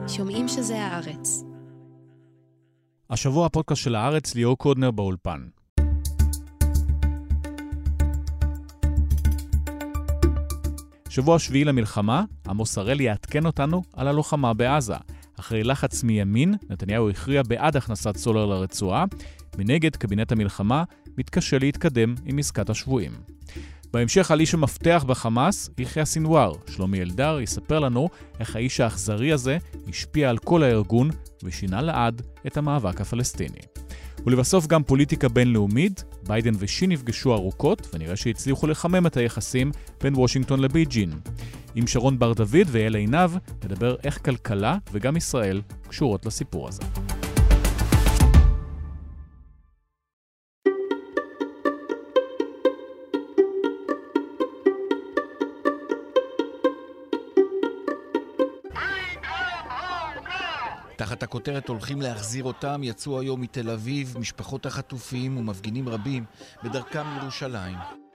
שומעים שזה הארץ. השבוע הפודקאסט של הארץ, ליאור קודנר באולפן. שבוע שביעי למלחמה, עמוס הראל יעדכן אותנו על הלוחמה בעזה. אחרי לחץ מימין, נתניהו הכריע בעד הכנסת סולר לרצועה, מנגד קבינט המלחמה מתקשה להתקדם עם עסקת השבויים. בהמשך על איש המפתח בחמאס, יחיא סינואר. שלומי אלדר יספר לנו איך האיש האכזרי הזה השפיע על כל הארגון ושינה לעד את המאבק הפלסטיני. ולבסוף גם פוליטיקה בינלאומית, ביידן ושי נפגשו ארוכות ונראה שהצליחו לחמם את היחסים בין וושינגטון לבייג'ין. עם שרון בר דוד ואל עינב נדבר איך כלכלה וגם ישראל קשורות לסיפור הזה. תחת הכותרת הולכים להחזיר אותם, יצאו היום מתל אביב משפחות החטופים ומפגינים רבים בדרכם לירושלים.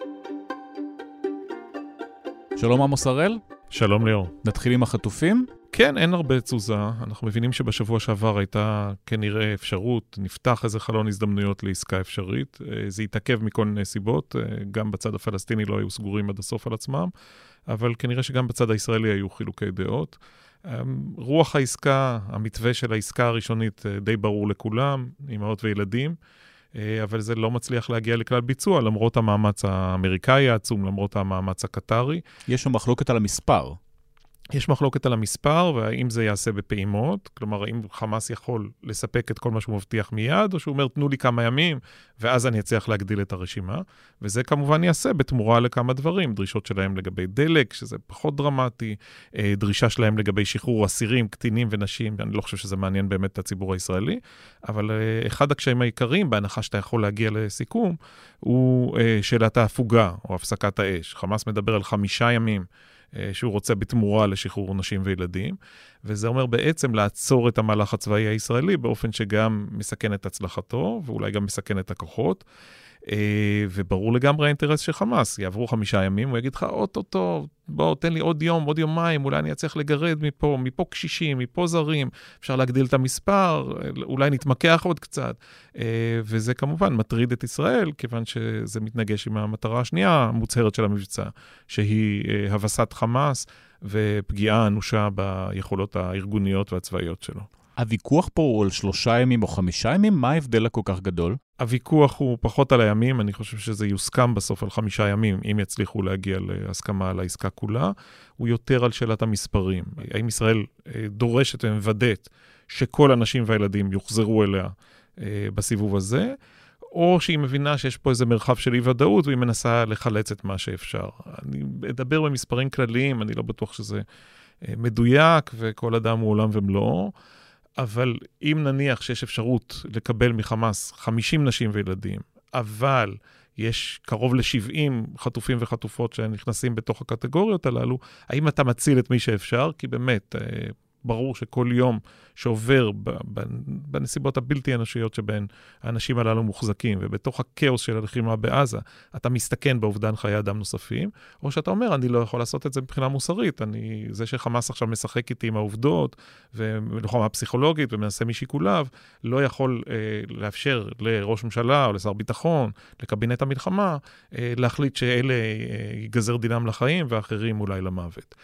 שלום עמוס הראל. שלום ליאור. נתחיל עם החטופים? כן, אין הרבה תזוזה. אנחנו מבינים שבשבוע שעבר הייתה כנראה אפשרות, נפתח איזה חלון הזדמנויות לעסקה אפשרית. זה יתעכב מכל מיני סיבות, גם בצד הפלסטיני לא היו סגורים עד הסוף על עצמם, אבל כנראה שגם בצד הישראלי היו חילוקי דעות. רוח העסקה, המתווה של העסקה הראשונית די ברור לכולם, אמהות וילדים, אבל זה לא מצליח להגיע לכלל ביצוע, למרות המאמץ האמריקאי העצום, למרות המאמץ הקטרי. יש שם מחלוקת על המספר. יש מחלוקת על המספר, והאם זה יעשה בפעימות, כלומר, האם חמאס יכול לספק את כל מה שהוא מבטיח מיד, או שהוא אומר, תנו לי כמה ימים, ואז אני אצליח להגדיל את הרשימה, וזה כמובן יעשה בתמורה לכמה דברים, דרישות שלהם לגבי דלק, שזה פחות דרמטי, דרישה שלהם לגבי שחרור אסירים, קטינים ונשים, אני לא חושב שזה מעניין באמת את הציבור הישראלי, אבל אחד הקשיים העיקריים, בהנחה שאתה יכול להגיע לסיכום, הוא שאלת ההפוגה, או הפסקת האש. חמאס מדבר על 5 ימים, שהוא רוצה בתמורה לשחרור נשים וילדים, וזה אומר בעצם לעצור את המהלך הצבאי הישראלי, באופן שגם מסכן את הצלחתו, ואולי גם מסכן את הכוחות, וברור לגמרי האינטרס של חמאס. יעברו 5 ימים, הוא יגיד לך, אוטוטו, בוא, תן לי עוד יום, עוד יומיים, אולי אני אצליח לגרד מפה קשישים, מפה זרים, אפשר להגדיל את המספר, אולי נתמקח עוד קצת, וזה כמובן מטריד את ישראל, כיוון שזה מתנגש עם המטרה השנייה המוצהרת של המבצע, שהיא הבסת חמאס ופגיעה אנושה ביכולות הארגוניות והצבאיות שלו. הוויכוח פה הוא על 3 ימים או 5 ימים? מה ההבדל הכל כך גדול? הוויכוח הוא פחות על הימים, אני חושב שזה יוסכם בסוף על 5 ימים, אם יצליחו להגיע להסכמה על העסקה כולה, הוא יותר על שאלת המספרים. האם ישראל דורשת ומוודאת שכל הנשים והילדים יוחזרו אליה בסיבוב הזה, או שהיא מבינה שיש פה איזה מרחב של אי-ודאות, והיא מנסה לחלץ את מה שאפשר. אני אדבר במספרים כלליים, אני לא בטוח שזה מדויק, וכל אדם הוא עולם ומלואו, אבל אם נניח שיש אפשרות לקבל מחמאס 50 נשים וילדים, אבל יש קרוב ל-70 חטופים וחטופות שנכנסים בתוך הקטגוריות הללו, האם אתה מציל את מי שאפשר? כי באמת, ברור שכל יום שעובר בנסיבות הבלתי אנושיות שבהן האנשים הללו מוחזקים, ובתוך הכאוס של הלחימה בעזה, אתה מסתכן באובדן חיי אדם נוספים, או שאתה אומר, אני לא יכול לעשות את זה מבחינה מוסרית, זה שחמאס עכשיו משחק איתי עם העובדות, ולוחמה פסיכולוגית, ומנסה משיקוליו, לא יכול לאפשר לראש ממשלה, או לשר ביטחון, לקבינט המלחמה, להחליט שאלה ייגזר דינם לחיים, ואחרים אולי למוות.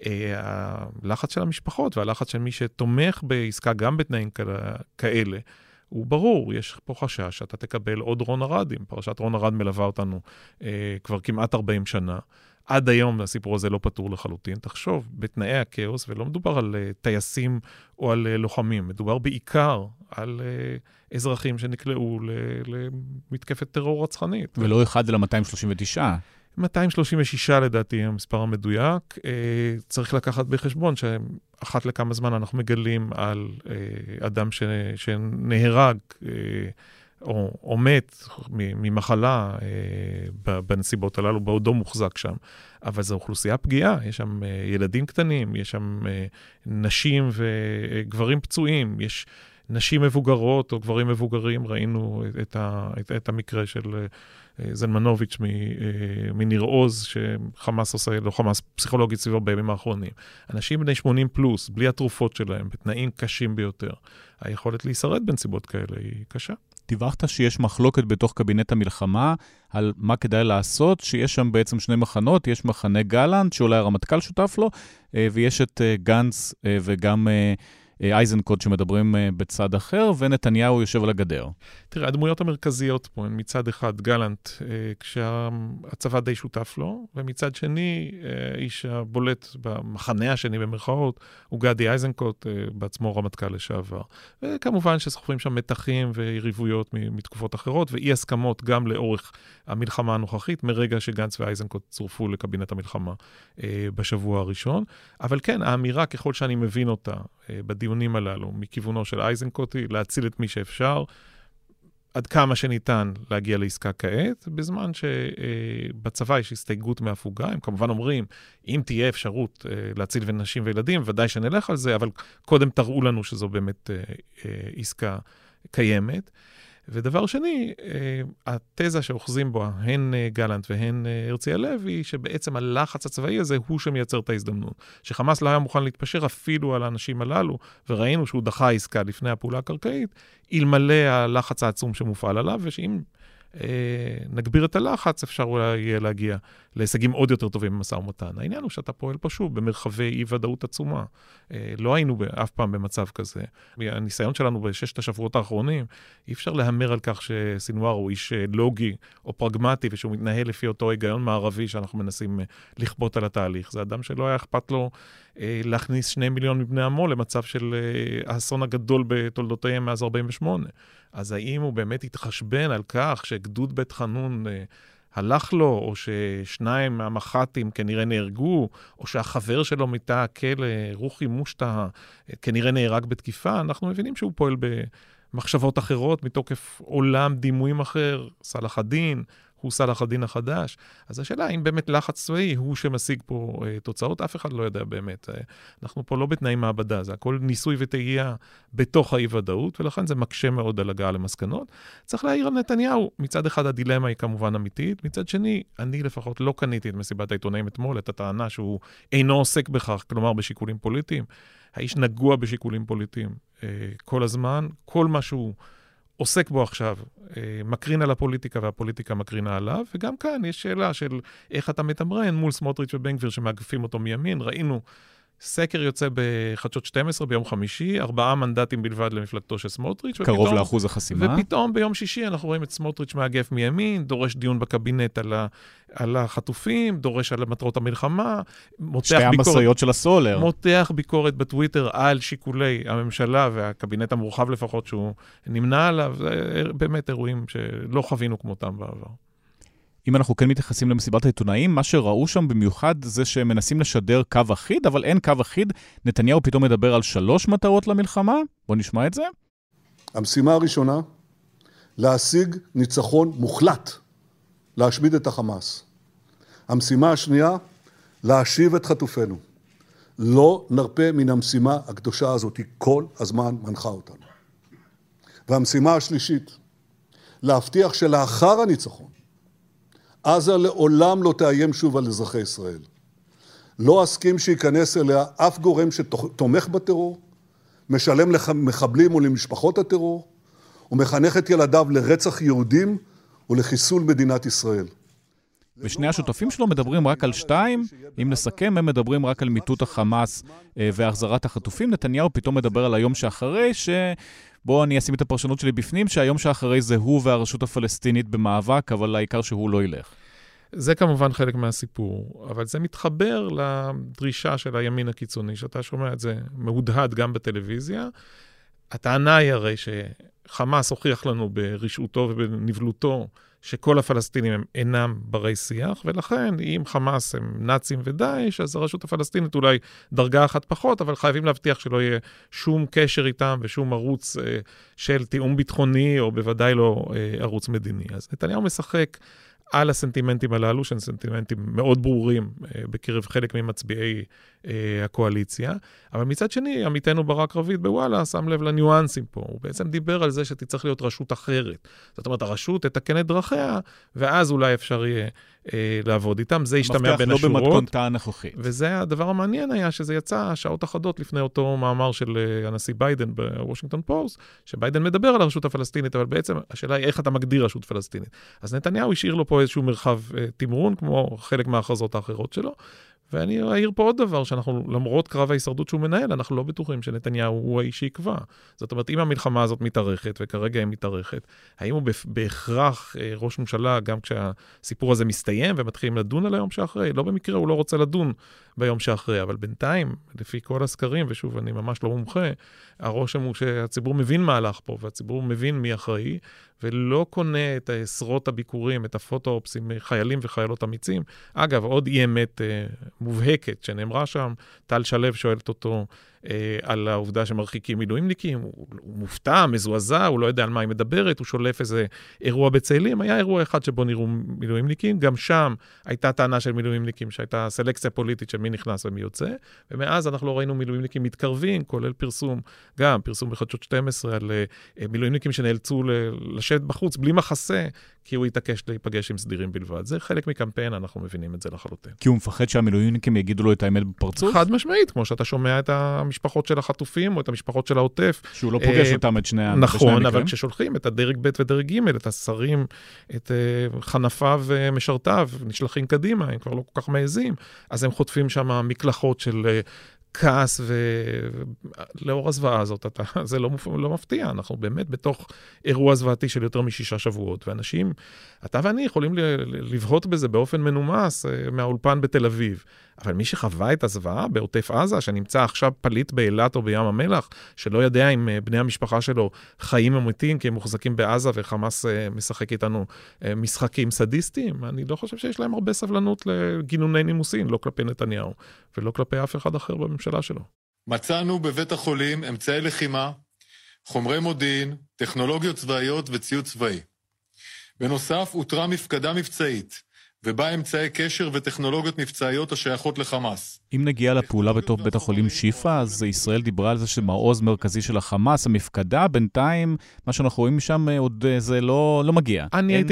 הלחץ של המשפחות והלחץ של מי שתומך בעסקה גם בתנאים כאלה, הוא ברור, יש פה חשש שאתה תקבל עוד רון ארדים. פרשת רון ארד מלווה אותנו כבר כמעט 40 שנה. עד היום הסיפור הזה לא פתור לחלוטין. תחשוב, בתנאי הכאוס, ולא מדובר על טייסים או על לוחמים, מדובר בעיקר על אזרחים שנקלעו למתקפת טרור רצחנית. ולא אחד אלא 239. 236 לדעתי המספר המדויק. צריך לקחת בחשבון שאחת לכמה זמן אנחנו מגלים על אדם שנהרג או מת ממחלה בנסיבות הללו, בעודו מוחזק שם. אבל זו אוכלוסייה פגיעה, יש שם ילדים קטנים, יש שם נשים וגברים פצועים, יש נשים מבוגרות או גברים מבוגרים, ראינו את המקרה של זלמנוביץ' מניר עוז, שחמאס עושה, לא חמאס, פסיכולוגית סביבו בימים האחרונים. אנשים בני 80 פלוס, בלי התרופות שלהם, בתנאים קשים ביותר. היכולת להישרד בנסיבות כאלה היא קשה. דיווחת שיש מחלוקת בתוך קבינט המלחמה על מה כדאי לעשות, שיש שם בעצם שני מחנות, יש מחנה גלנט, שאולי הרמטכ"ל שותף לו, ויש את גנץ וגם אייזנקוט שמדברים בצד אחר, ונתניהו יושב על הגדר. תראה, הדמויות המרכזיות פה הן מצד אחד גלנט, כשהצבא די שותף לו, ומצד שני, איש הבולט במחנה השני במרכאות, הוא גדי אייזנקוט, בעצמו רמטכ"ל לשעבר. וכמובן שסוחבים שם מתחים ויריבויות מתקופות אחרות, ואי הסכמות גם לאורך המלחמה הנוכחית, מרגע שגנץ ואייזנקוט צורפו לקבינט המלחמה בשבוע הראשון. אבל כן, האמירה, ככל שאני מבין אותה, בדיונים הללו, מכיוונו של אייזנקוט, להציל את מי שאפשר, עד כמה שניתן להגיע לעסקה כעת, בזמן שבצבא יש הסתייגות מהפוגה, הם כמובן אומרים, אם תהיה אפשרות להציל נשים וילדים, ודאי שנלך על זה, אבל קודם תראו לנו שזו באמת עסקה קיימת. ודבר שני, התזה שאוחזים בו, הן גלנט והן הרצי הלוי, שבעצם הלחץ הצבאי הזה הוא שמייצר את ההזדמנות. שחמאס לא היה מוכן להתפשר אפילו על האנשים הללו, וראינו שהוא דחה עסקה לפני הפעולה הקרקעית, אלמלא הלחץ העצום שמופעל עליו, ושאם נגביר את הלחץ, אפשר אולי יהיה להגיע להישגים עוד יותר טובים במשא ומתן. העניין הוא שאתה פועל פה שוב במרחבי אי-ודאות עצומה. לא היינו אף פעם במצב כזה. הניסיון שלנו בששת השבועות האחרונים, אי אפשר להמר על כך שסינואר הוא איש לוגי או פרגמטי, ושהוא מתנהל לפי אותו היגיון מערבי שאנחנו מנסים לכפות על התהליך. זה אדם שלא היה אכפת לו להכניס 2 מיליון מבני עמו למצב של האסון הגדול בתולדותיהם מאז 48. אז האם הוא באמת התחשבן על כך שגדוד בית חנון הלך לו, או ששניים מהמח"טים כנראה נהרגו, או שהחבר שלו מתא הכלא, רוחי מושטה, כנראה נהרג בתקיפה? אנחנו מבינים שהוא פועל במחשבות אחרות, מתוקף עולם דימויים אחר, סלאח א-דין, הוא סלאח א-דין החדש. אז השאלה, האם באמת לחץ צבאי הוא שמשיג פה תוצאות? אף אחד לא יודע באמת. אנחנו פה לא בתנאים מעבדה, זה הכל ניסוי וטעייה בתוך האי-ודאות, ולכן זה מקשה מאוד על הגעה למסקנות. צריך להעיר על נתניהו. מצד אחד הדילמה היא כמובן אמיתית, מצד שני, אני לפחות לא קניתי את מסיבת העיתונאים אתמול, את הטענה שהוא אינו עוסק בכך, כלומר בשיקולים פוליטיים. האיש נגוע בשיקולים פוליטיים כל הזמן, כל מה שהוא עוסק בו עכשיו, מקרין על הפוליטיקה והפוליטיקה מקרינה עליו, וגם כאן יש שאלה של איך אתה מתמרן מול סמוטריץ' ובן גביר שמאגפים אותו מימין. ראינו סקר יוצא בחדשות 12 ביום חמישי, 4 מנדטים בלבד למפלגתו של סמוטריץ'. קרוב לאחוז החסימה. ופתאום ביום שישי אנחנו רואים את סמוטריץ' מאגף מימין, דורש דיון בקבינט על החטופים, דורש על מטרות המלחמה, שתי המסעיות של הסולר. מותח ביקורת בטוויטר על שיקולי הממשלה והקבינט המורחב לפחות שהוא נמנע עליו. זה באמת אירועים שלא חווינו כמותם בעבר. אם אנחנו כן מתייחסים למסיבת העיתונאים, מה שראו שם במיוחד זה שמנסים לשדר קו אחיד, אבל אין קו אחיד. נתניהו פתאום מדבר על 3 מטרות למלחמה. בוא נשמע את זה. המשימה הראשונה, להשיג ניצחון מוחלט, להשמיד את החמאס. המשימה השנייה, להשיב את חטופינו. לא נרפה מן המשימה הקדושה הזאת, היא כל הזמן מנחה אותנו. והמשימה השלישית, להבטיח שלאחר הניצחון, עזה לעולם לא תאיים שוב על אזרחי ישראל. לא אסכים שייכנס אליה אף גורם שתומך בטרור, משלם למחבלים ולמשפחות הטרור, ומחנך את ילדיו לרצח יהודים ולחיסול מדינת ישראל. ושני השותפים שלו מדברים רק על 2, אם נסכם, הם מדברים רק על מיטוט החמאס והחזרת החטופים. נתניהו פתאום מדבר על היום שאחרי, בואו אני אשים את הפרשנות שלי בפנים, שהיום שאחרי זה הוא והרשות הפלסטינית במאבק, אבל העיקר שהוא לא ילך. זה כמובן חלק מהסיפור, אבל זה מתחבר לדרישה של הימין הקיצוני, שאתה שומע את זה מהודהד גם בטלוויזיה. הטענה היא הרי שחמאס הוכיח לנו ברשעותו ובנבלותו, שכל הפלסטינים הם אינם ברי שיח, ולכן אם חמאס הם נאצים ודאעש, אז הרשות הפלסטינית אולי דרגה אחת פחות, אבל חייבים להבטיח שלא יהיה שום קשר איתם ושום ערוץ של תיאום ביטחוני, או בוודאי לא ערוץ מדיני. אז נתניהו משחק על הסנטימנטים הללו, שהם סנטימנטים מאוד ברורים בקרב חלק ממצביעי הקואליציה, אבל מצד שני, עמיתנו ברק רביד בוואלה שם לב לניואנסים פה, הוא בעצם דיבר על זה שתצטרך להיות רשות אחרת. זאת אומרת, הרשות תתקן את דרכיה, ואז אולי אפשר יהיה לעבוד איתם, זה ישתמע בין השורות. לא במתכונתה הנוכחית. וזה הדבר המעניין היה, שזה יצא שעות אחדות לפני אותו מאמר של הנשיא ביידן בוושינגטון פוסט, שביידן מדבר על הרשות הפלסטינית, אבל בעצם השאלה היא איך אתה מגדיר רשות פלסטינית. אז נתניהו השאיר לו פה איזשהו מרחב תמרון, כמו חלק מההכרזות האחרות שלו, ואני אעיר פה עוד דבר, שאנחנו, למרות קרב ההישרדות שהוא מנהל, אנחנו לא בטוחים שנתניהו הוא האיש שיקבע. זאת אומרת, אם המלחמה הזאת מתארכת, וכרגע היא מתארכת, האם הוא בהכרח ראש ממשלה, גם כשהסיפור הזה מסתיים, ומתחילים לדון על היום שאחרי? לא במקרה, הוא לא רוצה לדון ביום שאחרי, אבל בינתיים, לפי כל הסקרים, ושוב, אני ממש לא מומחה, הרושם הוא שהציבור מבין מה הלך פה, והציבור מבין מי אחראי, ולא קונה את עשרות הביקורים, את הפוטו-אופס עם חיילים וחיילות אמיצים. אגב, עוד אי אמת מובהקת שנאמרה שם, טל שלב שואלת אותו על העובדה שמרחיקים מילואימניקים, הוא מופתע, מזועזע, הוא לא יודע על מה היא מדברת, הוא שולף איזה אירוע בצאלים, היה אירוע אחד שבו נראו מילואימניקים, גם שם הייתה טענה של מילואימניקים, שהייתה סלקציה פוליטית של מי נכנס ומי יוצא, ומאז אנחנו לא ראינו מילואימניקים מתקרבים, כולל פרסום, גם פרסום בחדשות 12 על מילואימניקים שנאלצו לשבת בחוץ בלי מחסה, כי הוא יתעקש להיפגש עם סדירים בלבד. זה חלק מקמפיין, אנחנו מבינים את זה לחלוטין. כי הוא מפחד שהמילואימניקים יגידו לו את האמת בפרצוף? חד משמעית, כמו שאתה שומע את המשפחות של החטופים, או את המשפחות של העוטף. שהוא לא פוגש אותם את שני המקרים. נכון, אבל כששולחים את הדרג ב' ודרג ג', את השרים, את חנפיו ומשרתיו, נשלחים קדימה, הם כבר לא כל כך מעזים, אז הם חוטפים שם מקלחות של כעס, ולאור הזוועה הזאת, זה לא מפתיע, אנחנו באמת בתוך אירוע זוועתי של יותר מ6 שבועות, ואנשים, אתה ואני יכולים לבהות בזה באופן מנומס מהאולפן בתל אביב, אבל מי שחווה את הזוועה בעוטף עזה, שנמצא עכשיו פליט באילת או בים המלח, שלא יודע אם בני המשפחה שלו חיים ומתים, כי הם מוחזקים בעזה וחמאס משחק איתנו משחקים סדיסטיים, אני לא חושב שיש להם הרבה סבלנות לגינוני נימוסין, לא כלפי נתניהו, ולא כלפי אף אחד אחר בממשלה שלו. מצאנו בבית החולים אמצעי לחימה, חומרי מודיעין, טכנולוגיות צבאיות וציוד צבאי. בנוסף, הותרה מפקדה מבצעית, ובה אמצעי קשר וטכנולוגיות מבצעיות השייכות לחמאס. אם נגיע לפעולה בתוך בית החולים שיפה, אז ישראל דיברה על זה שמעוז מרכזי של החמאס, המפקדה, בינתיים, מה שאנחנו רואים שם עוד זה לא מגיע.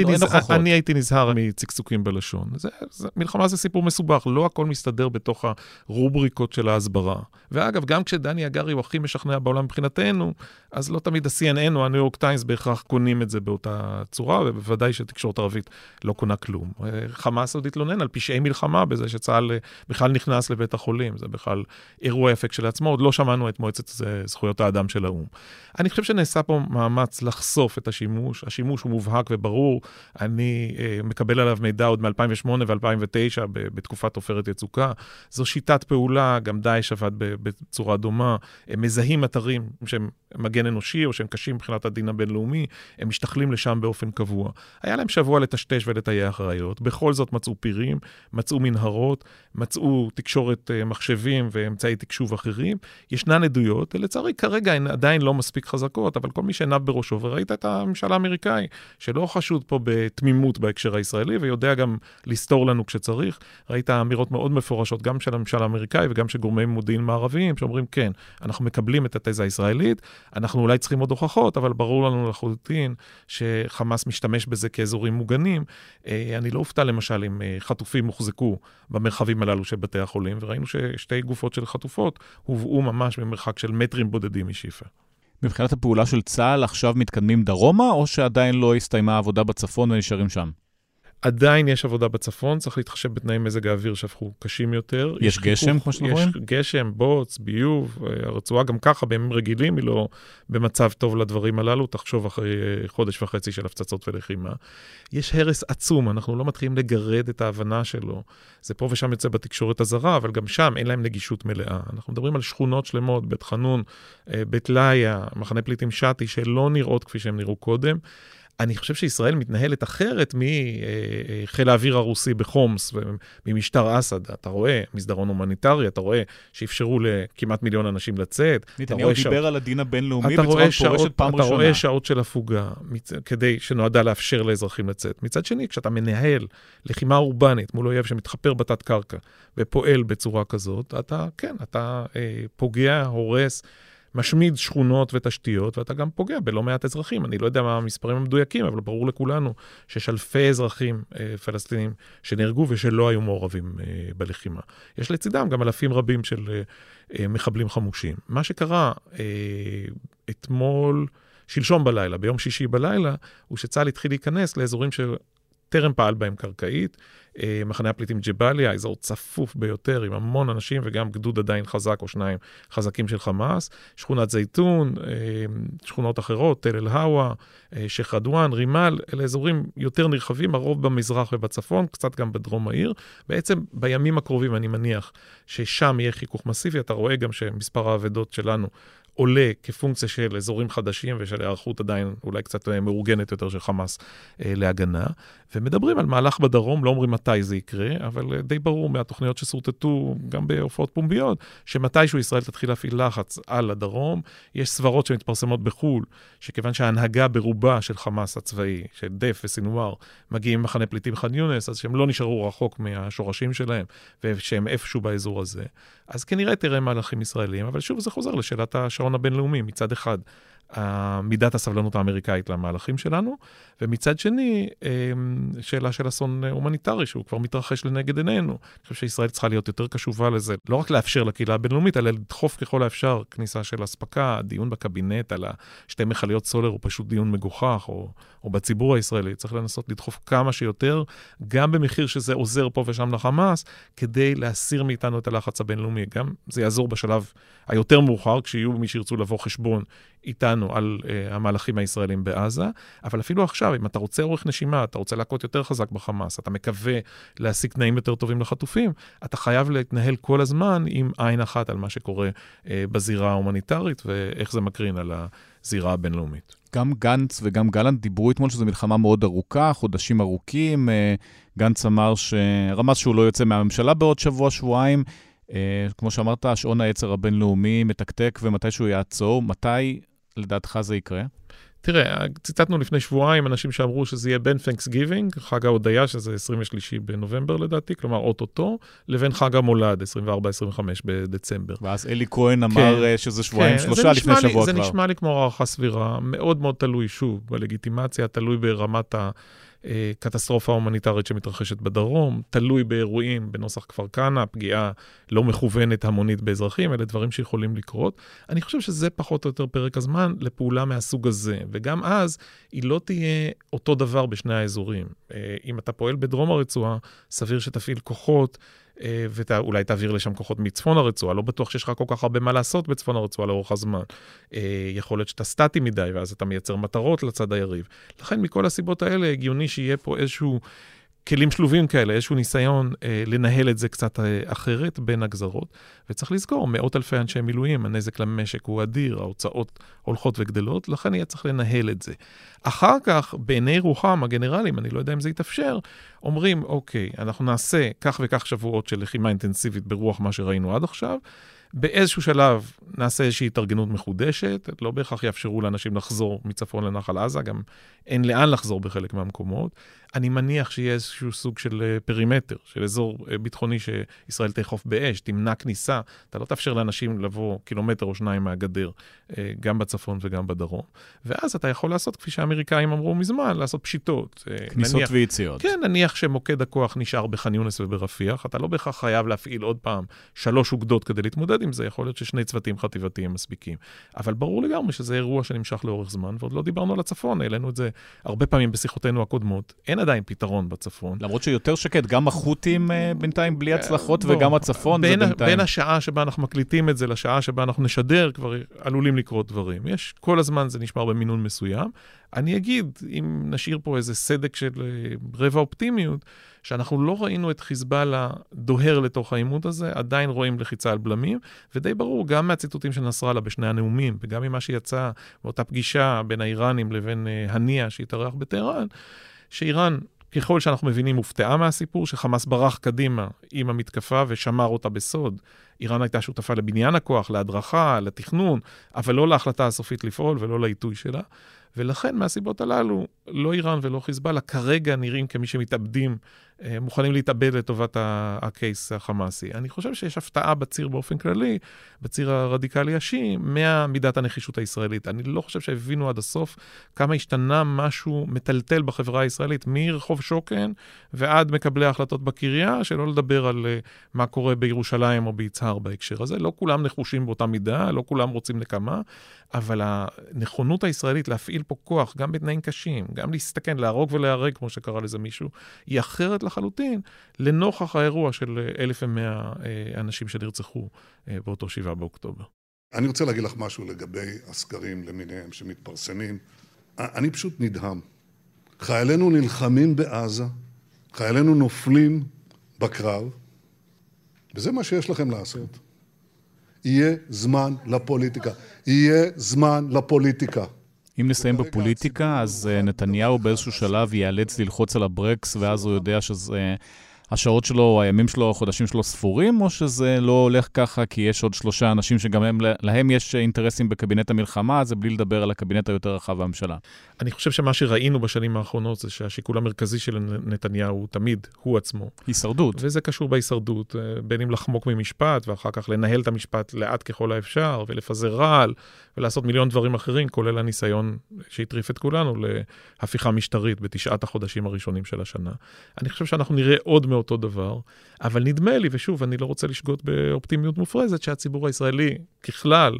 אני הייתי נזהר מצקצוקים בלשון. מלחמה זה סיפור מסובך, לא הכל מסתדר בתוך הרובריקות של ההסברה. ואגב, גם כשדני אגרי הוא הכי משכנע בעולם מבחינתנו, אז לא תמיד ה-CNN או הניו יורק טיימס בהכרח קונים את זה באותה צורה, ובוודאי שתקשורת ערבית לא קונה כלום. חמאס עוד התלונן על פשעי מלחמה בזה שצה"ל בכלל נכנס לבית החולים, זה בכלל אירוע אפק של עצמו, עוד לא שמענו את מועצת זכויות האדם של האו"ם. אני חושב שנעשה פה מאמץ לחשוף את השימוש הוא מובהק וברור, אני מקבל עליו מידע עוד מ-2008 ו-2009 בתקופת עופרת יצוקה, זו שיטת פעולה, גם דאעש עבד בצורה דומה, הם מזהים אתרים שהם מגן אנושי או שהם קשים מבחינת הדין הבינלאומי, הם משתחלים לשם באופן קבוע. היה להם שבוע לטשטש ולטייח ראיות, בכל זאת מצאו פירים, מצאו מנהרות, מצאו תקשורת מחשבים ואמצעי תקשוב אחרים, ישנן עדויות, לצערי כרגע הן עדיין לא מספיק חזקות, אבל כל מי שעיניו בראשו, וראית את הממשל האמריקאי, שלא חשוד פה בתמימות בהקשר הישראלי, ויודע גם לסתור לנו כשצריך, ראית אמירות מאוד מפורשות, גם של הממשל האמריקאי וגם של גורמי מודיעין מערביים, שאומרים כן, אנחנו מקבלים את התזה הישראלית, אנחנו אולי צריכים עוד הוכחות, אבל ברור לנו לחלוטין שחמאס משתמש בזה כאזורים מוגנים. אני לא אופתע למשל אם חטופים מוחזקו במרחבים הללו של בתי החולים, וראינו ששתי גופות של חטופות הובאו ממש במרחק של מטרים בודדים משיפה. מבחינת הפעולה של צה"ל עכשיו מתקדמים דרומה, או שעדיין לא הסתיימה העבודה בצפון ונשארים שם? עדיין יש עבודה בצפון, צריך להתחשב בתנאי מזג האוויר שהפכו קשים יותר. יש גשם, כמו שאנחנו רואים? יש גשם, בוץ, ביוב, הרצועה גם ככה, בימים רגילים, היא לא במצב טוב לדברים הללו, תחשוב אחרי חודש וחצי של הפצצות ולחימה. יש הרס עצום, אנחנו לא מתחילים לגרד את ההבנה שלו. זה פה ושם יוצא בתקשורת הזרה, אבל גם שם אין להם נגישות מלאה. אנחנו מדברים על שכונות שלמות, בית חנון, בית ליה, מחנה פליטים שתי, שלא נראות כפי שהם נראו קודם. אני חושב שישראל מתנהלת אחרת מחיל האוויר הרוסי בחומס וממשטר אסד. אתה רואה מסדרון הומניטרי, אתה רואה שאפשרו לכמעט מיליון אנשים לצאת. נתניהו דיבר על הדין הבינלאומי בצורה מפורשת פעם ראשונה. אתה רואה שעות של הפוגה, כדי שנועדה לאפשר לאזרחים לצאת. מצד שני, כשאתה מנהל לחימה אורבנית מול אויב שמתחפר בתת קרקע ופועל בצורה כזאת, אתה פוגע, הורס, משמיד שכונות ותשתיות, ואתה גם פוגע בלא מעט אזרחים. אני לא יודע מה המספרים המדויקים, אבל ברור לכולנו שיש אלפי אזרחים פלסטינים שנהרגו ושלא היו מעורבים בלחימה. יש לצידם גם אלפים רבים של מחבלים חמושים. מה שקרה שלשום בלילה, ביום שישי בלילה, הוא שצה"ל התחיל להיכנס לאזורים טרם פעל בהם קרקעית, מחנה הפליטים ג'באליה, האזור צפוף ביותר, עם המון אנשים, וגם גדוד עדיין חזק או שניים חזקים של חמאס, שכונת זייתון, שכונות אחרות, תל אל-הווה, שייח' רדואן, רימל, אלה אזורים יותר נרחבים, הרוב במזרח ובצפון, קצת גם בדרום העיר. בעצם בימים הקרובים אני מניח ששם יהיה חיכוך מסיבי, אתה רואה גם שמספר העבדות שלנו עולה כפונקציה של אזורים חדשים ושל הערכות עדיין אולי קצת מאורגנת יותר של חמאס להגנה. ומדברים על מהלך בדרום, לא אומרים מתי זה יקרה, אבל די ברור מהתוכניות שסורטטו גם בהופעות פומביות, שמתישהו ישראל תתחיל להפעיל לחץ על הדרום. יש סברות שמתפרסמות בחול, שכיוון שההנהגה ברובה של חמאס הצבאי, של דף וסינואר, מגיעים מחנה פליטים ח'אן יונס, אז שהם לא נשארו רחוק מהשורשים שלהם, ושהם איפשהו באזור הזה. אז כנראה תראה מהלכים ישראלים, אבל שוב זה חוזר לשאלת השעון הבינלאומי, מצד אחד, מידת הסבלנות האמריקאית למהלכים שלנו, ומצד שני, שאלה של אסון הומניטרי, שהוא כבר מתרחש לנגד עינינו. אני חושב שישראל צריכה להיות יותר קשובה לזה, לא רק לאפשר לקהילה הבינלאומית, אלא לדחוף ככל האפשר כניסה של הספקה, דיון בקבינט על שתי מכליות סולר, הוא פשוט דיון מגוחך, או בציבור הישראלי. צריך לנסות לדחוף כמה שיותר, גם במחיר שזה עוזר פה ושם לחמאס, כדי להסיר מאיתנו את הלחץ הבינלאומי. גם זה יעזור בשלב היותר מאוחר, כשיהיו מי שירצו לבוא חשבון איתנו על המהלכים הישראלים בעזה, אבל אפילו עכשיו, אם אתה רוצה אורך נשימה, אתה רוצה להכות יותר חזק בחמאס, אתה מקווה להשיג תנאים יותר טובים לחטופים, אתה חייב להתנהל כל הזמן עם עין אחת על מה שקורה בזירה ההומניטרית, ואיך זה מקרין על הזירה הבינלאומית. גם גנץ וגם גלנט דיברו אתמול שזו מלחמה מאוד ארוכה, חודשים ארוכים. גנץ אמר שרמז שהוא לא יוצא מהממשלה בעוד שבוע-שבועיים. כמו שאמרת, שעון היצר הבינלאומי מתקתק ומתישהו יעצור. מתי לדעתך זה יקרה? תראה, ציטטנו לפני שבועיים אנשים שאמרו שזה יהיה בין Thanksgiving, חג ההודיה, שזה 23 בנובמבר לדעתי, כלומר אוטוטו, לבין חג המולד, 24-25 בדצמבר. ואז אלי כהן אמר שזה שבועיים, שלושה לפני שבוע כבר. זה נשמע לי כמו הערכה סבירה, מאוד מאוד תלוי שוב בלגיטימציה, תלוי ברמת קטסטרופה הומניטרית שמתרחשת בדרום, תלוי באירועים בנוסח כפר כנא, פגיעה לא מכוונת המונית באזרחים, אלה דברים שיכולים לקרות. אני חושב שזה פחות או יותר פרק הזמן לפעולה מהסוג הזה, וגם אז היא לא תהיה אותו דבר בשני האזורים. אם אתה פועל בדרום הרצועה, סביר שתפעיל כוחות, ואולי תעביר לשם כוחות מצפון הרצועה, לא בטוח שיש לך כל כך הרבה מה לעשות בצפון הרצועה לאורך הזמן. יכול להיות שאתה סטטי מדי, ואז אתה מייצר מטרות לצד היריב. לכן מכל הסיבות האלה, הגיוני שיהיה פה איזשהו כלים שלובים כאלה, איזשהו ניסיון לנהל את זה קצת אחרת בין הגזרות, וצריך לזכור, מאות אלפי אנשי מילואים, הנזק למשק הוא אדיר, ההוצאות הולכות וגדלות, לכן יהיה צריך לנהל את זה. אחר כך, בעיני רוחם, הגנרלים, אני לא יודע אם זה יתאפשר, אומרים, אוקיי, אנחנו נעשה כך וכך שבועות של לחימה אינטנסיבית ברוח מה שראינו עד עכשיו, באיזשהו שלב נעשה איזושהי התארגנות מחודשת, לא בהכרח יאפשרו לאנשים לחזור מצפון לנחל עזה, גם אין לאן לחזור בחלק מהמקומות. אני מניח שיהיה איזשהו סוג של פרימטר, של אזור ביטחוני שישראל תאכוף באש, תמנע כניסה, אתה לא תאפשר לאנשים לבוא קילומטר או שניים מהגדר, גם בצפון וגם בדרום. ואז אתה יכול לעשות, כפי שהאמריקאים אמרו מזמן, לעשות פשיטות. כניסות ויציאות. כן, נניח שמוקד הכוח נשאר בח'אן יונס וברפיח, אתה לא בהכרח חייב להפעיל עוד פעם 3 אוגדות כדי להתמודד עם זה, יכול להיות ששני צוותים חטיבתיים מספיקים. אבל ברור לגמרי שזה אירוע שנמשך לאורך זמן, ועוד לא דיברנו על הצפון, העלינו את זה הרבה פעמים בשיחותינו הקודמות. אין עדיין פתרון בצפון. למרות שיותר שקט, גם החות'ים בינתיים בלי הצלחות וגם הצפון זה בינתיים. בין השעה שבה אנחנו מקליטים את זה לשעה שבה אנחנו נשדר, כבר עלולים לקרות דברים. יש כל הזמן זה נשמר במינון מסוים, אני אגיד, אם נשאיר פה איזה סדק של רבע אופטימיות, שאנחנו לא ראינו את חיזבאללה דוהר לתוך העימות הזה, עדיין רואים לחיצה על בלמים, ודי ברור גם מהציטוטים של נסראללה בשני הנאומים, וגם ממה שיצא באותה פגישה בין האיראנים לבין הנייה שהתארח בטהרן, שאיראן, ככל שאנחנו מבינים, מופתעה מהסיפור, שחמאס ברח קדימה עם המתקפה ושמר אותה בסוד. איראן הייתה שותפה לבניין הכוח, להדרכה, לתכנון, אבל לא להחלטה הסופית לפעול ולא לעיתוי שלה. ולכן מהסיבות הללו, לא איראן ולא חיזבאללה כרגע נראים כמי שמתאבדים, מוכנים להתאבד לטובת הקייס החמאסי. אני חושב שיש הפתעה בציר באופן כללי, בציר הרדיקלי השיעי, מהמידת הנחישות הישראלית. אני לא חושב שהבינו עד הסוף כמה השתנה משהו מטלטל בחברה הישראלית, מרחוב שוקן ועד מקבלי ההחלטות בקריה, שלא לדבר על מה קורה בירושלים או ביצהר בהקשר הזה. לא כולם נחושים באותה מידה, לא כולם רוצים נקמה, אבל הנכונות הישראלית להפעיל פה כוח, גם בתנאים קשים, גם להסתכן, להרוג ולהרג, כמו שקרא לזה מישהו, היא אחרת לחלוטין, לנוכח האירוע של 1,100 אנשים שנרצחו באותו 7 באוקטובר. אני רוצה להגיד לך משהו לגבי הסקרים למיניהם שמתפרסמים. אני פשוט נדהם. חיילינו נלחמים בעזה, חיילינו נופלים בקרב, וזה מה שיש לכם לעשות. יהיה זמן לפוליטיקה. יהיה זמן לפוליטיקה. אם נסיים בפוליטיקה, אז נתניהו באיזשהו שלב ייאלץ ללחוץ על הברקס, ואז הוא יודע שזה השעות שלו, הימים שלו, החודשים שלו ספורים, או שזה לא הולך ככה, כי יש עוד 3 אנשים שגם להם יש אינטרסים בקבינט המלחמה, זה בלי לדבר על הקבינט היותר רחב והממשלה. אני חושב שמה שראינו בשנים האחרונות, זה שהשיקול המרכזי של נתניהו תמיד הוא עצמו. הישרדות. וזה קשור בהישרדות, בין אם לחמוק ממשפט, ואחר כך לנהל את המשפט לאט ככל האפשר, ולפזר רעל, ולעשות מיליון דברים אחרים, כולל הניסיון שהטריף את כולנו להפיכה משטרית ב9 החודשים הראשונים של השנה. אני חושב שאנחנו נראה עוד מאותו דבר, אבל נדמה לי, ושוב, אני לא רוצה לשגות באופטימיות מופרזת, שהציבור הישראלי ככלל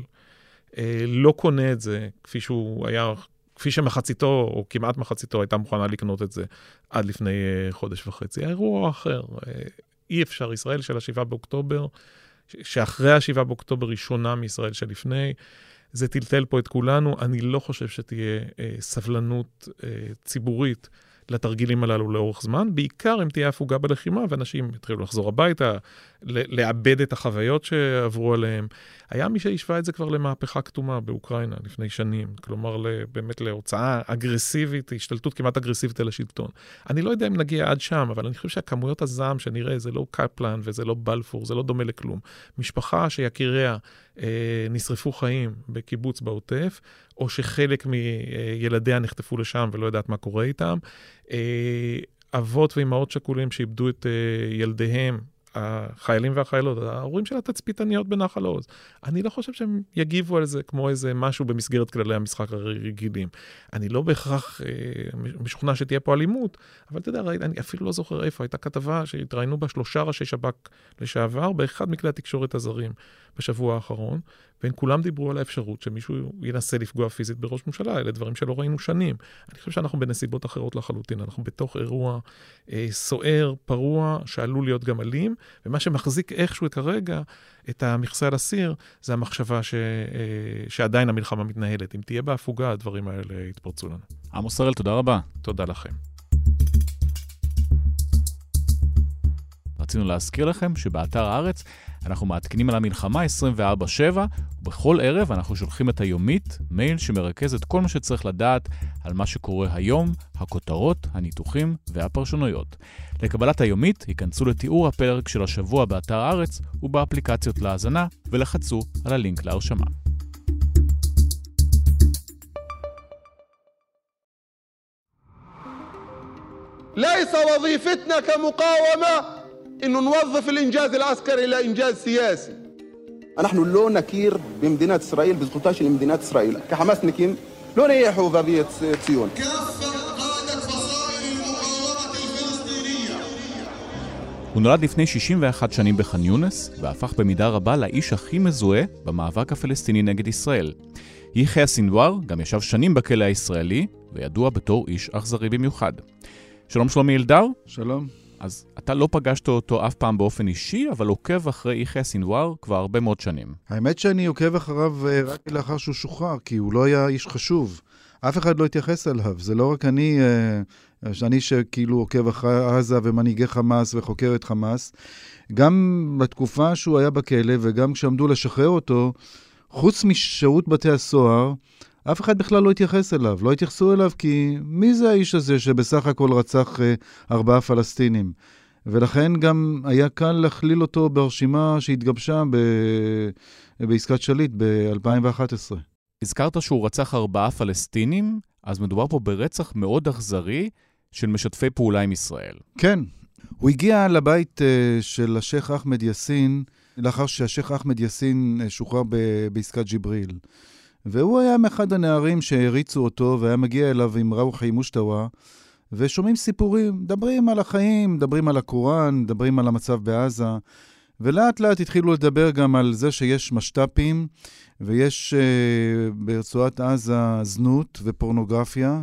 לא קונה את זה כפי שהוא היה, כפי שמחציתו, או כמעט מחציתו, הייתה מוכנה לקנות את זה עד לפני חודש וחצי. האירוע אחר, אי אפשר, ישראל של 7 באוקטובר, שאחרי 7 באוקטובר היא שונה מישראל שלפני, זה טלטל פה את כולנו. אני לא חושב שתהיה סבלנות ציבורית לתרגילים הללו לאורך זמן, בעיקר אם תהיה הפוגה בלחימה, ואנשים יתחילו לחזור הביתה, לאבד את החוויות שעברו עליהם. היה מי שהשווה את זה כבר למהפכה כתומה באוקראינה לפני שנים, כלומר באמת להוצאה אגרסיבית, השתלטות כמעט אגרסיבית על השלטון. אני לא יודע אם נגיע עד שם, אבל אני חושב שהכמויות הזעם שנראה, זה לא קפלן וזה לא בלפור, זה לא דומה לכלום. משפחה שיקיריה נשרפו חיים בקיבוץ בעוטף, או שחלק מילדיה נחטפו לשם ולא יודעת מה קורה איתם, אבות ואימהות שכולים שאיבדו את ילדיהם, החיילים והחיילות, ההורים של התצפיתניות בנחל עוז. אני לא חושב שהם יגיבו על זה כמו איזה משהו במסגרת כללי המשחק הרגילים. אני לא בהכרח משוכנע שתהיה פה אלימות, אבל אתה יודע, אני אפילו לא זוכר איפה, הייתה כתבה שהתראינו בה 3 ראשי שב"כ לשעבר, באחד מכלי התקשורת הזרים בשבוע האחרון, והם כולם דיברו על האפשרות שמישהו ינסה לפגוע פיזית בראש ממשלה, אלה דברים שלא ראינו שנים. אני חושב שאנחנו בנסיבות אחרות לחלוטין, אנחנו בתוך אירוע סוער, פרוע, שעלול להיות גם אלים, ומה שמחזיק איכשהו כרגע את המכסה על הסיר, זה המחשבה שעדיין המלחמה מתנהלת. אם תהיה בהפוגה, הדברים האלה יתפרצו לנו. עמוס הראל, תודה רבה. תודה לכם. רצינו להזכיר לכם שבאתר הארץ אנחנו מעדכנים על המלחמה 24/7, ובכל ערב אנחנו שולחים את היומית, מייל שמרכז את כל מה שצריך לדעת על מה שקורה היום, הכותרות, הניתוחים והפרשנויות. לקבלת היומית, היכנסו לתיאור הפרק של השבוע באתר הארץ ובאפליקציות להאזנה, ולחצו על הלינק להרשמה. ليس وظيفتنا كمقاومة إنه نوظف الإنجاز العسكري إلى إنجاز سياسي. نحن لا نكير بمدينة إسرائيل بزخوتها של מדינת ישראל. כחמאסניקים לא נהיה חובבי ציון. הוא נולד לפני 61 שנים בח'אן יונס, והפך במידה רבה לאיש הכי מזוהה במאבק הפלסטיני נגד ישראל. יחיא סינואר גם ישב שנים בכלא הישראלי, וידוע בתור איש אכזרי במיוחד. שלום שלומי אלדר. שלום. אז אתה לא פגשת אותו אף פעם באופן אישי, אבל עוקב אחרי יחיא סינואר כבר הרבה מאוד שנים. האמת שאני עוקב אחריו רק לאחר שהוא שוחרר, כי הוא לא היה איש חשוב. אף אחד לא התייחס אליו. זה לא רק אני שכאילו עוקב אחרי עזה ומנהיגי חמאס וחוקר את חמאס. גם בתקופה שהוא היה בכלא וגם כשעמדו לשחרר אותו, חוץ משירות בתי הסוהר, אף אחד בכלל לא התייחס אליו. לא התייחסו אליו כי מי זה האיש הזה שבסך הכל רצח 4 פלסטינים? ולכן גם היה קל להכליל אותו ברשימה שהתגבשה בעסקת שליט ב-2011. הזכרת שהוא רצח 4 פלסטינים, אז מדובר פה ברצח מאוד אכזרי של משתפי פעולה עם ישראל. כן. הוא הגיע לבית של השייך אחמד יאסין, לאחר שהשייך אחמד יאסין שוחרר בעסקת ג'יבריל. והוא היה מאחד הנערים שהריצו אותו, והיה מגיע אליו עם רווחי מושטווה, ושומעים סיפורים, מדברים על החיים, מדברים על הקוראן, מדברים על המצב בעזה, ולאט לאט התחילו לדבר גם על זה שיש משת"פים, ויש ברצועת עזה זנות ופורנוגרפיה,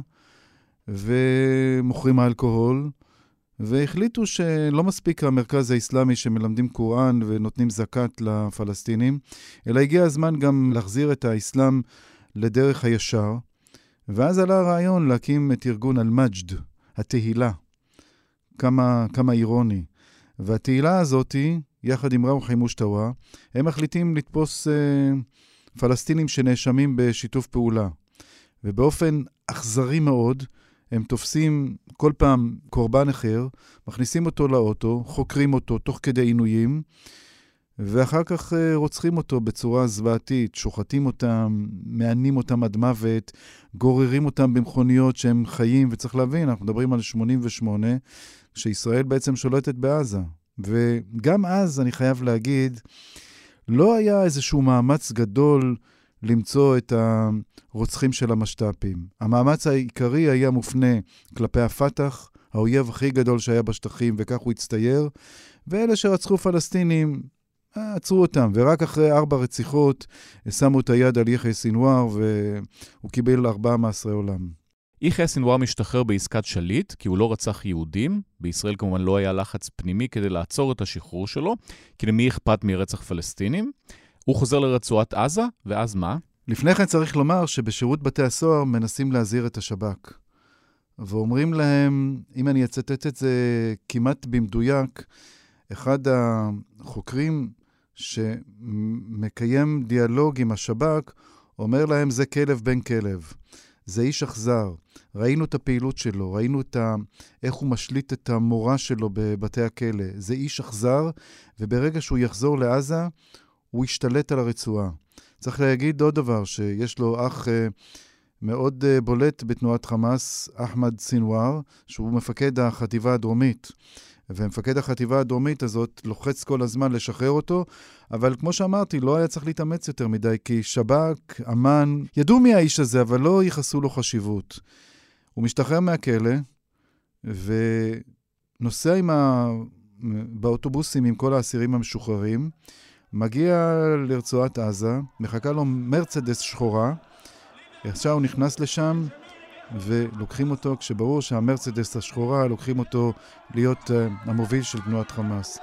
ומוכרים אלכוהול, והחליטו שלא מספיק המרכז האסלאמי שמלמדים קוראן ונותנים זקת לפלסטינים, אלא הגיע הזמן גם להחזיר את האסלאם לדרך הישר, ואז עלה הרעיון להקים את ארגון אל-מג'ד, התהילה. כמה אירוני. והתהילה הזאת, יחד עם רווחי מושטווה, הם מחליטים לתפוס פלסטינים שנאשמים בשיתוף פעולה. ובאופן אכזרי מאוד, הם תופסים כל פעם קורבן אחר, מכניסים אותו לאוטו, חוקרים אותו תוך כדי עינויים, ואחר כך רוצחים אותו בצורה זוועתית, שוחטים אותם, מענים אותם עד מוות, גוררים אותם במכוניות שהם חיים, וצריך להבין, אנחנו מדברים על 88, שישראל בעצם שולטת בעזה. וגם אז, אני חייב להגיד, לא היה איזשהו מאמץ גדול למצוא את הרוצחים של המשת"פים. המאמץ העיקרי היה מופנה כלפי הפתח, האויב הכי גדול שהיה בשטחים, וכך הוא הצטייר, ואלה שרצחו פלסטינים, עצרו אותם, ורק אחרי 4 רציחות שמו את היד על יחיא סינואר, והוא קיבל 4 מאסרי עולם. יחיא סינואר משתחרר בעסקת שליט, כי הוא לא רצח יהודים. בישראל כמובן לא היה לחץ פנימי כדי לעצור את השחרור שלו, כי למי אכפת מרצח פלסטינים. הוא חוזר לרצועת עזה, ואז מה? לפני כן צריך לומר שבשירות בתי הסוהר מנסים להזהיר את השב"כ. ואומרים להם, אם אני אצטט את זה כמעט במדויק, אחד החוקרים שמקיים דיאלוג עם השב"כ, אומר להם, זה כלב בן כלב. זה איש אכזר. ראינו את הפעילות שלו, ראינו איך הוא משליט את המורה שלו בבתי הכלא. זה איש אכזר, וברגע שהוא יחזור לעזה, הוא ישתלט על הרצועה. צריך להגיד עוד דבר, שיש לו אח מאוד בולט בתנועת חמאס, אחמד סינואר, שהוא מפקד החטיבה הדרומית. ומפקד החטיבה הדרומית הזאת לוחץ כל הזמן לשחרר אותו, אבל כמו שאמרתי, לא היה צריך להתאמץ יותר מדי, כי שב"כ, אמן, ידעו מי האיש הזה, אבל לא ייחסו לו חשיבות. הוא משתחרר מהכלא, ונוסע באוטובוסים עם כל האסירים המשוחררים, מגיע לרצועת עזה, מחכה לו מרצדס שחורה, עכשיו הוא נכנס לשם, ולוקחים אותו, כשברור שהמרצדס השחורה, לוקחים אותו להיות המוביל של תנועת חמאס.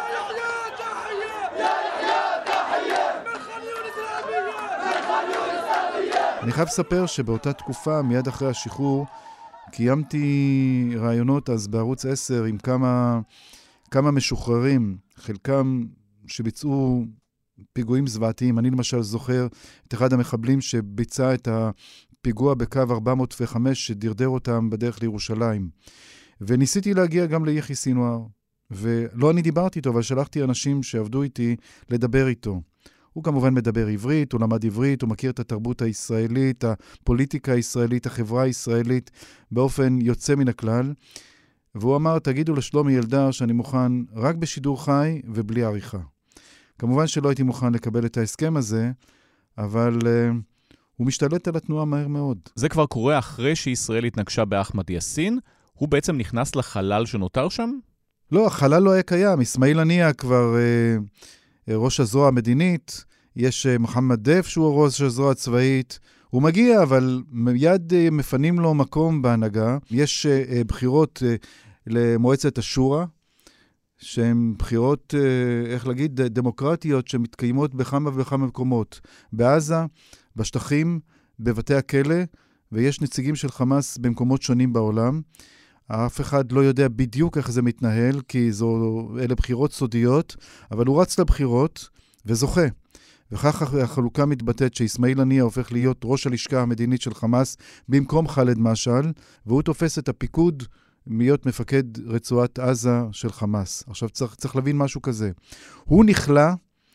אני חייב לספר שבאותה תקופה, מיד אחרי השחרור, קיימתי רעיונות אז בערוץ 10 עם כמה משוחררים, חלקם שביצעו פיגועים זוועתיים. אני למשל זוכר את אחד המחבלים שביצע את פיגוע בקו 405 שדרדר אותם בדרך לירושלים. וניסיתי להגיע גם ליחיא סינואר. ולא אני דיברתי איתו, אבל שלחתי אנשים שעבדו איתי לדבר איתו. הוא כמובן מדבר עברית, הוא למד עברית, הוא מכיר את התרבות הישראלית, הפוליטיקה הישראלית, החברה הישראלית, באופן יוצא מן הכלל. והוא אמר, תגידו לשלומי אלדר שאני מוכן רק בשידור חי ובלי עריכה. כמובן שלא הייתי מוכן לקבל את ההסכם הזה, אבל הוא משתלט על התנועה מהר מאוד. זה כבר קורה אחרי שישראל התנגשה באחמד יאסין. הוא בעצם נכנס לחלל שנותר שם? לא, החלל לא היה קיים. אסמאעיל הנייה כבר ראש הזרוע המדינית. יש מוחמד דף שהוא ראש הזרוע הצבאית. הוא מגיע, אבל מיד מפנים לו מקום בהנהגה. יש בחירות למועצת השורה, שהן בחירות, איך להגיד, דמוקרטיות שמתקיימות בכמה וכמה מקומות. בעזה, בשטחים, בבתי הכלא, ויש נציגים של חמאס במקומות שונים בעולם. אף אחד לא יודע בדיוק איך זה מתנהל, כי אלה בחירות סודיות, אבל הוא רץ לבחירות וזוכה. וכך החלוקה מתבטאת שאסמאעיל הנייה הופך להיות ראש הלשכה המדינית של חמאס במקום ח'אלד משעל, והוא תופס את הפיקוד להיות מפקד רצועת עזה של חמאס. עכשיו צריך להבין משהו כזה. הוא נכלה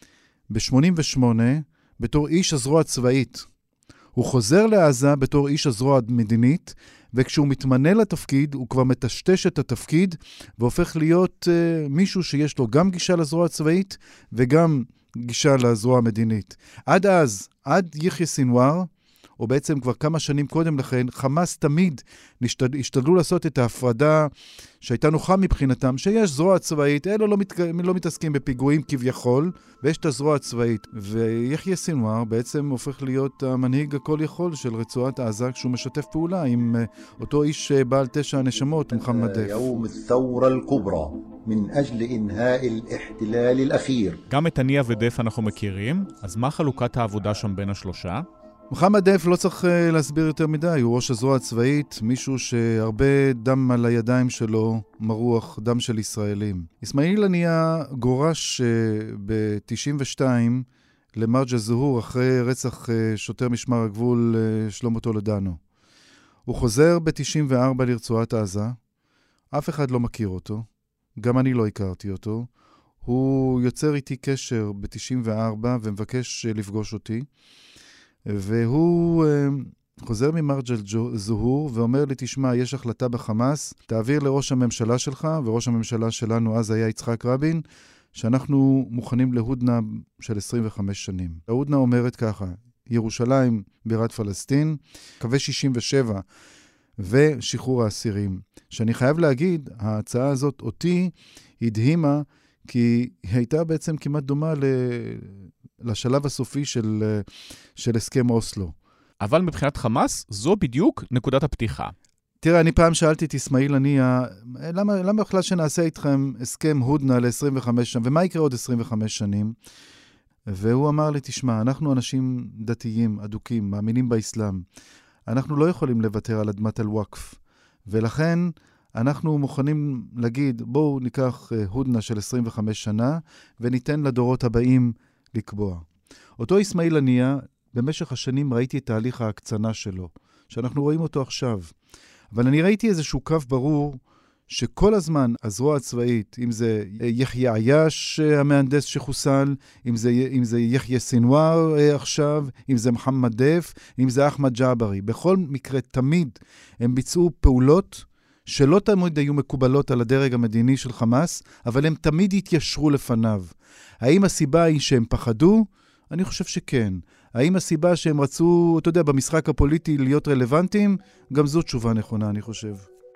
ב-88 בתור איש הזרוע הצבאית. הוא חוזר לעזה בתור איש הזרוע המדינית, וכשהוא מתמנה לתפקיד, הוא כבר מטשטש את התפקיד, והופך להיות מישהו שיש לו גם גישה לזרוע הצבאית, וגם גישה לזרוע המדינית. עד אז, עד יחיא סינואר, או בעצם כבר כמה שנים קודם לכן, חמאס תמיד השתדלו לעשות את ההפרדה שהייתה נוחה מבחינתם, שיש זרוע צבאית, אלו לא מתעסקים בפיגועים כביכול, ויש את הזרוע הצבאית. ויחיא סינואר בעצם הופך להיות המנהיג הכל יכול של רצועת עזה, כשהוא משתף פעולה עם אותו איש בעל 9 הנשמות, מוחמד דף. יום الثورة الكبرى من أجل إنهاء الاحتلال الأخير. גם את הנייה ודף אנחנו מכירים, אז מה חלוקת העבודה שם בין השלושה? מוחמד דף לא צריך להסביר יותר מדי, הוא ראש הזרוע הצבאית, מישהו שהרבה דם על הידיים שלו מרוח, דם של ישראלים. אסמאעיל הנייה גורש ב-92 למרג' זהור אחרי רצח שוטר משמר הגבול שלמה טולדנו. הוא חוזר ב-94 לרצועת עזה, אף אחד לא מכיר אותו, גם אני לא הכרתי אותו. הוא יוצר איתי קשר ב-94 ומבקש לפגוש אותי. והוא חוזר ממרג' זהור ואומר לי, תשמע, יש החלטה בחמאס, תעביר לראש הממשלה שלך, וראש הממשלה שלנו אז היה יצחק רבין, שאנחנו מוכנים להודנה של 25 שנים. ההודנה אומרת ככה, ירושלים בירת פלסטין, קווי 67 ושחרור האסירים. שאני חייב להגיד, ההצעה הזאת אותי הדהימה, כי היא הייתה בעצם כמעט דומה לשלב הסופי של הסכם אוסלו. אבל מבחינת חמאס, זו בדיוק נקודת הפתיחה. תראה, אני פעם שאלתי את אסמאעיל הנייה, למה בכלל שנעשה איתכם הסכם הודנה ל-25 שנים, ומה יקרה עוד 25 שנים? והוא אמר לי, תשמע, אנחנו אנשים דתיים, אדוקים, מאמינים באסלאם. אנחנו לא יכולים לוותר על אדמת אל-ווקף, ולכן אנחנו מוכנים להגיד, בואו ניקח הודנה של 25 שנה, וניתן לדורות הבאים לקבוע. אותו אסמאעיל הנייה, במשך השנים ראיתי את תהליך ההקצנה שלו, שאנחנו רואים אותו עכשיו. אבל אני ראיתי איזשהו קו ברור, שכל הזמן הזרוע הצבאית, אם זה יחיא עייש המהנדס שחוסל, אם זה יחיא סינואר עכשיו, אם זה מוחמד דף, אם זה אחמד ג'אברי. בכל מקרה תמיד הם ביצעו פעולות שלא תמיד היו מקובלות על הדרג המדיני של חמאס, אבל הם תמיד התיישרו לפניו. האם הסיבה היא שהם פחדו? אני חושב שכן. האם הסיבה שהם רצו, אתה יודע, במשחק הפוליטי להיות רלוונטיים? גם זו תשובה נכונה, אני חושב.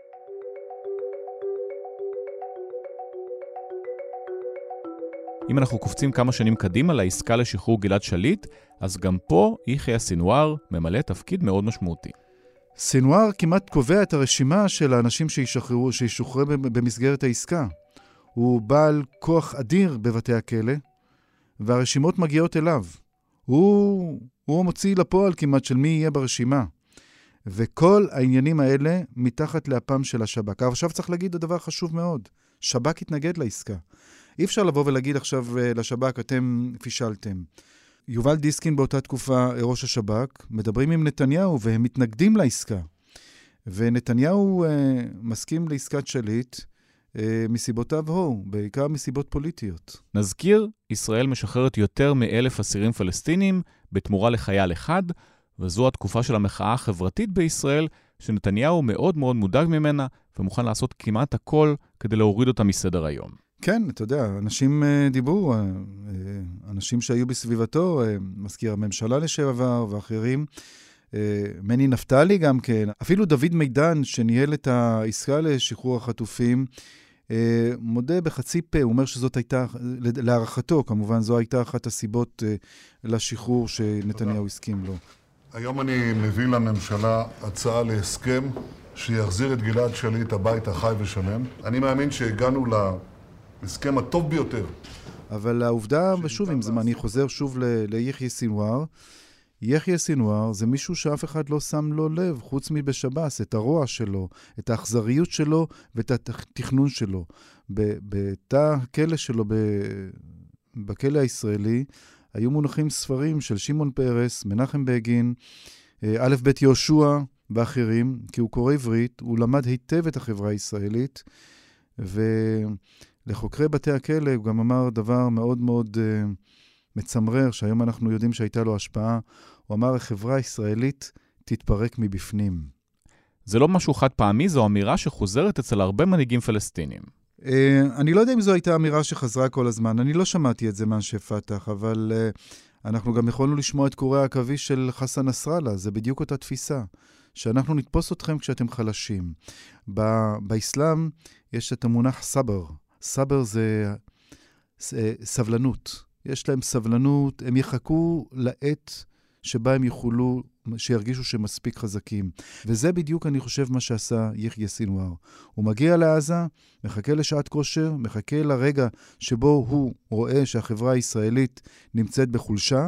אם אנחנו קופצים כמה שנים קדימה לעסקה לשחרור גלעד שליט, אז גם פה יחיא סינואר ממלא תפקיד מאוד משמעותי. סינואר כמעט קובע את הרשימה של האנשים שישוחררו במסגרת העסקה. הוא בעל כוח אדיר בבתי הכלא, והרשימות מגיעות אליו. הוא מוציא לפועל כמעט של מי יהיה ברשימה. וכל העניינים האלה מתחת לאפם של השב"כ. עכשיו צריך להגיד הדבר חשוב מאוד. שב"כ התנגד לעסקה. אי אפשר לבוא ולהגיד עכשיו לשב"כ, אתם פישלתם. יובל דיסקין באותה תקופה, ראש השב"כ, מדברים עם נתניהו והם מתנגדים לעסקה. ונתניהו מסכים לעסקת שליט מסיבותיו הוא, בעיקר מסיבות פוליטיות. נזכיר, ישראל משחררת יותר מ1,000 אסירים פלסטינים בתמורה לחייל אחד, וזו התקופה של המחאה החברתית בישראל, שנתניהו מאוד מאוד מודאג ממנה, ומוכן לעשות כמעט הכל כדי להוריד אותה מסדר היום. כן, אתה יודע, אנשים דיברו, אנשים שהיו בסביבתו, מזכיר הממשלה לשעבר ואחרים, מני נפתלי גם כן, אפילו דוד מידן שניהל את העסקה לשחרור החטופים, מודה בחצי פה, הוא אומר שזאת הייתה, להערכתו כמובן, זו הייתה אחת הסיבות לשחרור שנתניהו הסכים לו. היום אני מביא לממשלה הצעה להסכם שיחזיר את גלעד שליט הביתה חי ושלם. אני מאמין שהגענו להסכם הטוב ביותר. אבל העובדה, ושוב, אם אני חוזר שוב ליחיא סינואר, יחיא סינואר זה מישהו שאף אחד לא שם לו לב, חוץ מבשב"ס, את הרוע שלו, את האכזריות שלו ואת התכנון שלו. בתא הכלא שלו, בכלא הישראלי, היו מונחים ספרים של שמעון פרס, מנחם בגין, א' ב' יהושע ואחרים, כי הוא קורא עברית, הוא למד היטב את החברה הישראלית, ולחוקרי בתי הכלא הוא גם אמר דבר מאוד מאוד מצמרר, שהיום אנחנו יודעים שהייתה לו השפעה. הוא אמר, החברה הישראלית תתפרק מבפנים. זה לא משהו חד פעמי, זו אמירה שחוזרת אצל הרבה מנהיגים פלסטינים. אני לא יודע אם זו הייתה אמירה שחזרה כל הזמן, אני לא שמעתי את זה מאנשי פתח, אבל אנחנו גם יכולנו לשמוע את קוראי העכביש של חסן נסראללה, זה בדיוק אותה תפיסה, שאנחנו נתפוס אתכם כשאתם חלשים. באסלאם יש את המונח סבר, סבר זה סבלנות, יש להם סבלנות, הם יחכו לעת שבה הם יוכלו, שירגישו שמספיק חזקים. וזה בדיוק, אני חושב, מה שעשה יחיא סינואר. הוא מגיע לעזה, מחכה לשעת כושר, מחכה לרגע שבו הוא רואה שהחברה הישראלית נמצאת בחולשה,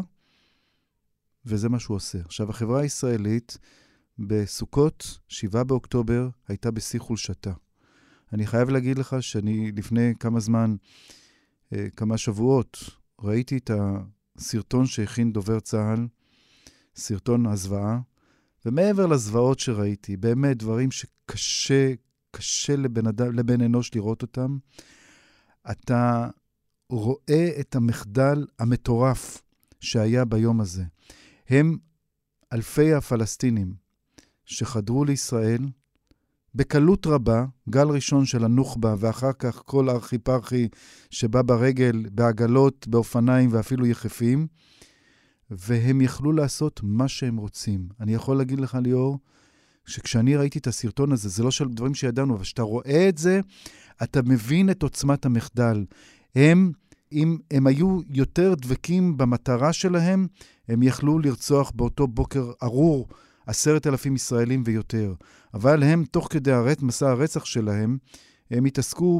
וזה מה שהוא עושה. עכשיו, החברה הישראלית בסוכות, 7 באוקטובר, הייתה בשיא חולשתה. אני חייב להגיד לך שאני לפני כמה זמן, כמה שבועות, ראיתי את הסרטון שהכין דובר צה"ל, סרטון הזוועה, ומעבר לזוועות שראיתי, באמת דברים שקשה לבן אנוש לראות אותם, אתה רואה את המחדל המטורף שהיה ביום הזה. הם אלפי הפלסטינים שחדרו לישראל, בקלות רבה, גל ראשון של הנוח'בה, ואחר כך כל ארכי-פרחי שבא ברגל, בעגלות, באופניים ואפילו יחפים, והם יכלו לעשות מה שהם רוצים. אני יכול להגיד לך, ליאור, שכשאני ראיתי את הסרטון הזה, זה לא של דברים שידענו, אבל כשאתה רואה את זה, אתה מבין את עוצמת המחדל. אם הם היו יותר דבקים במטרה שלהם, הם יכלו לרצוח באותו בוקר ארור 10,000 ישראלים ויותר. אבל הם, תוך כדי מסע הרצח שלהם, הם התעסקו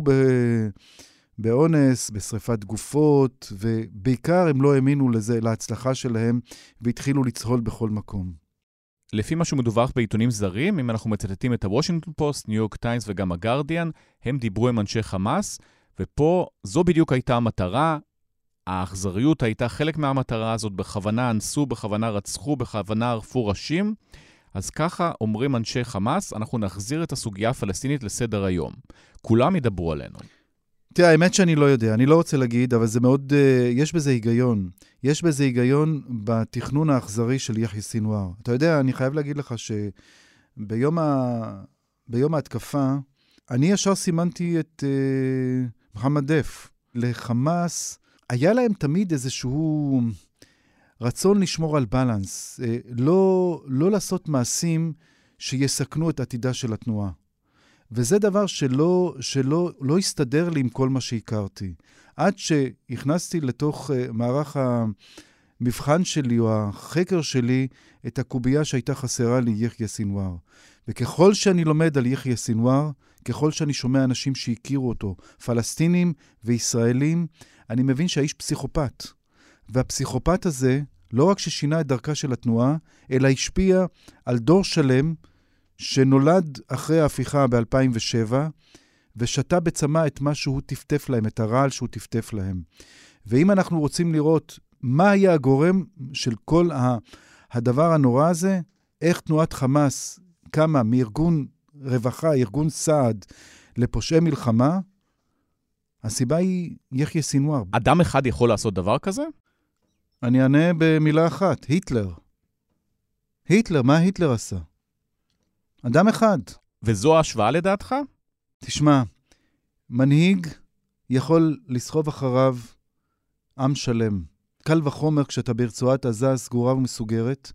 באונס, בשריפת גופות, ובעיקר הם לא האמינו להצלחה שלהם, והתחילו לצהול בכל מקום. לפי מה שמדווח בעיתונים זרים, אם אנחנו מצטטים את הוושינגטון פוסט, ניו יורק טיימס וגם הגרדיאן, הם דיברו עם אנשי חמאס, ופה זו בדיוק הייתה המטרה, האכזריות הייתה חלק מהמטרה הזאת, בכוונה אנסו, בכוונה רצחו, בכוונה ערפו ראשים, אז ככה אומרים אנשי חמאס, אנחנו נחזיר את הסוגיה הפלסטינית לסדר היום. כולם ידברו עלינו. תראה, האמת שאני לא יודע, אני לא רוצה להגיד, אבל זה מאוד, יש בזה היגיון. יש בזה היגיון בתכנון האכזרי של יחיא סינואר. אתה יודע, אני חייב להגיד לך שביום ההתקפה, אני ישר סימנתי את מוחמד דף. לחמאס, היה להם תמיד איזשהו רצון לשמור על בלנס, לא לעשות מעשים שיסכנו את עתידה של התנועה. וזה דבר שלא הסתדר לי עם כל מה שהכרתי. עד שהכנסתי לתוך מערך המבחן שלי או החקר שלי את הקובייה שהייתה חסרה לי יחיא סינואר. וככל שאני לומד על יחיא סינואר, ככל שאני שומע אנשים שהכירו אותו, פלסטינים וישראלים, אני מבין שהאיש פסיכופת. והפסיכופת הזה לא רק ששינה את דרכה של התנועה, אלא השפיע על דור שלם שנולד אחרי ההפיכה ב-2007, ושתה בצמא את מה שהוא טפטף להם, את הרעל שהוא טפטף להם. ואם אנחנו רוצים לראות מה היה הגורם של כל הדבר הנורא הזה, איך תנועת חמאס קמה מארגון רווחה, ארגון סעד, לפושעי מלחמה, הסיבה היא יחיא סינואר. אדם אחד יכול לעשות דבר כזה? אני אענה במילה אחת, היטלר. היטלר, מה היטלר עשה? אדם אחד. וזו ההשוואה לדעתך? תשמע, מנהיג יכול לסחוב אחריו עם שלם. קל וחומר כשאתה ברצועת עזה סגורה ומסוגרת,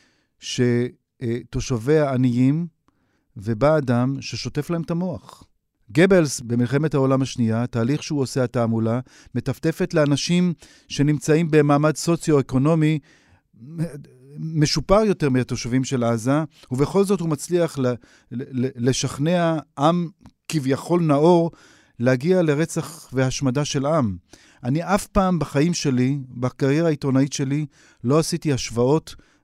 שתושביה עניים, ובא אדם ששוטף להם את המוח. גבלס במלחמת העולם השנייה, תהליך שהוא עושה התעמולה, מטפטפת לאנשים שנמצאים במעמד סוציו-אקונומי משופר יותר מהתושבים של עזה, ובכל זאת הוא מצליח לשכנע עם כביכול נאור להגיע לרצח והשמדה של עם. אני אף פעם בחיים שלי, בקריירה העיתונאית שלי, לא עשיתי השוואות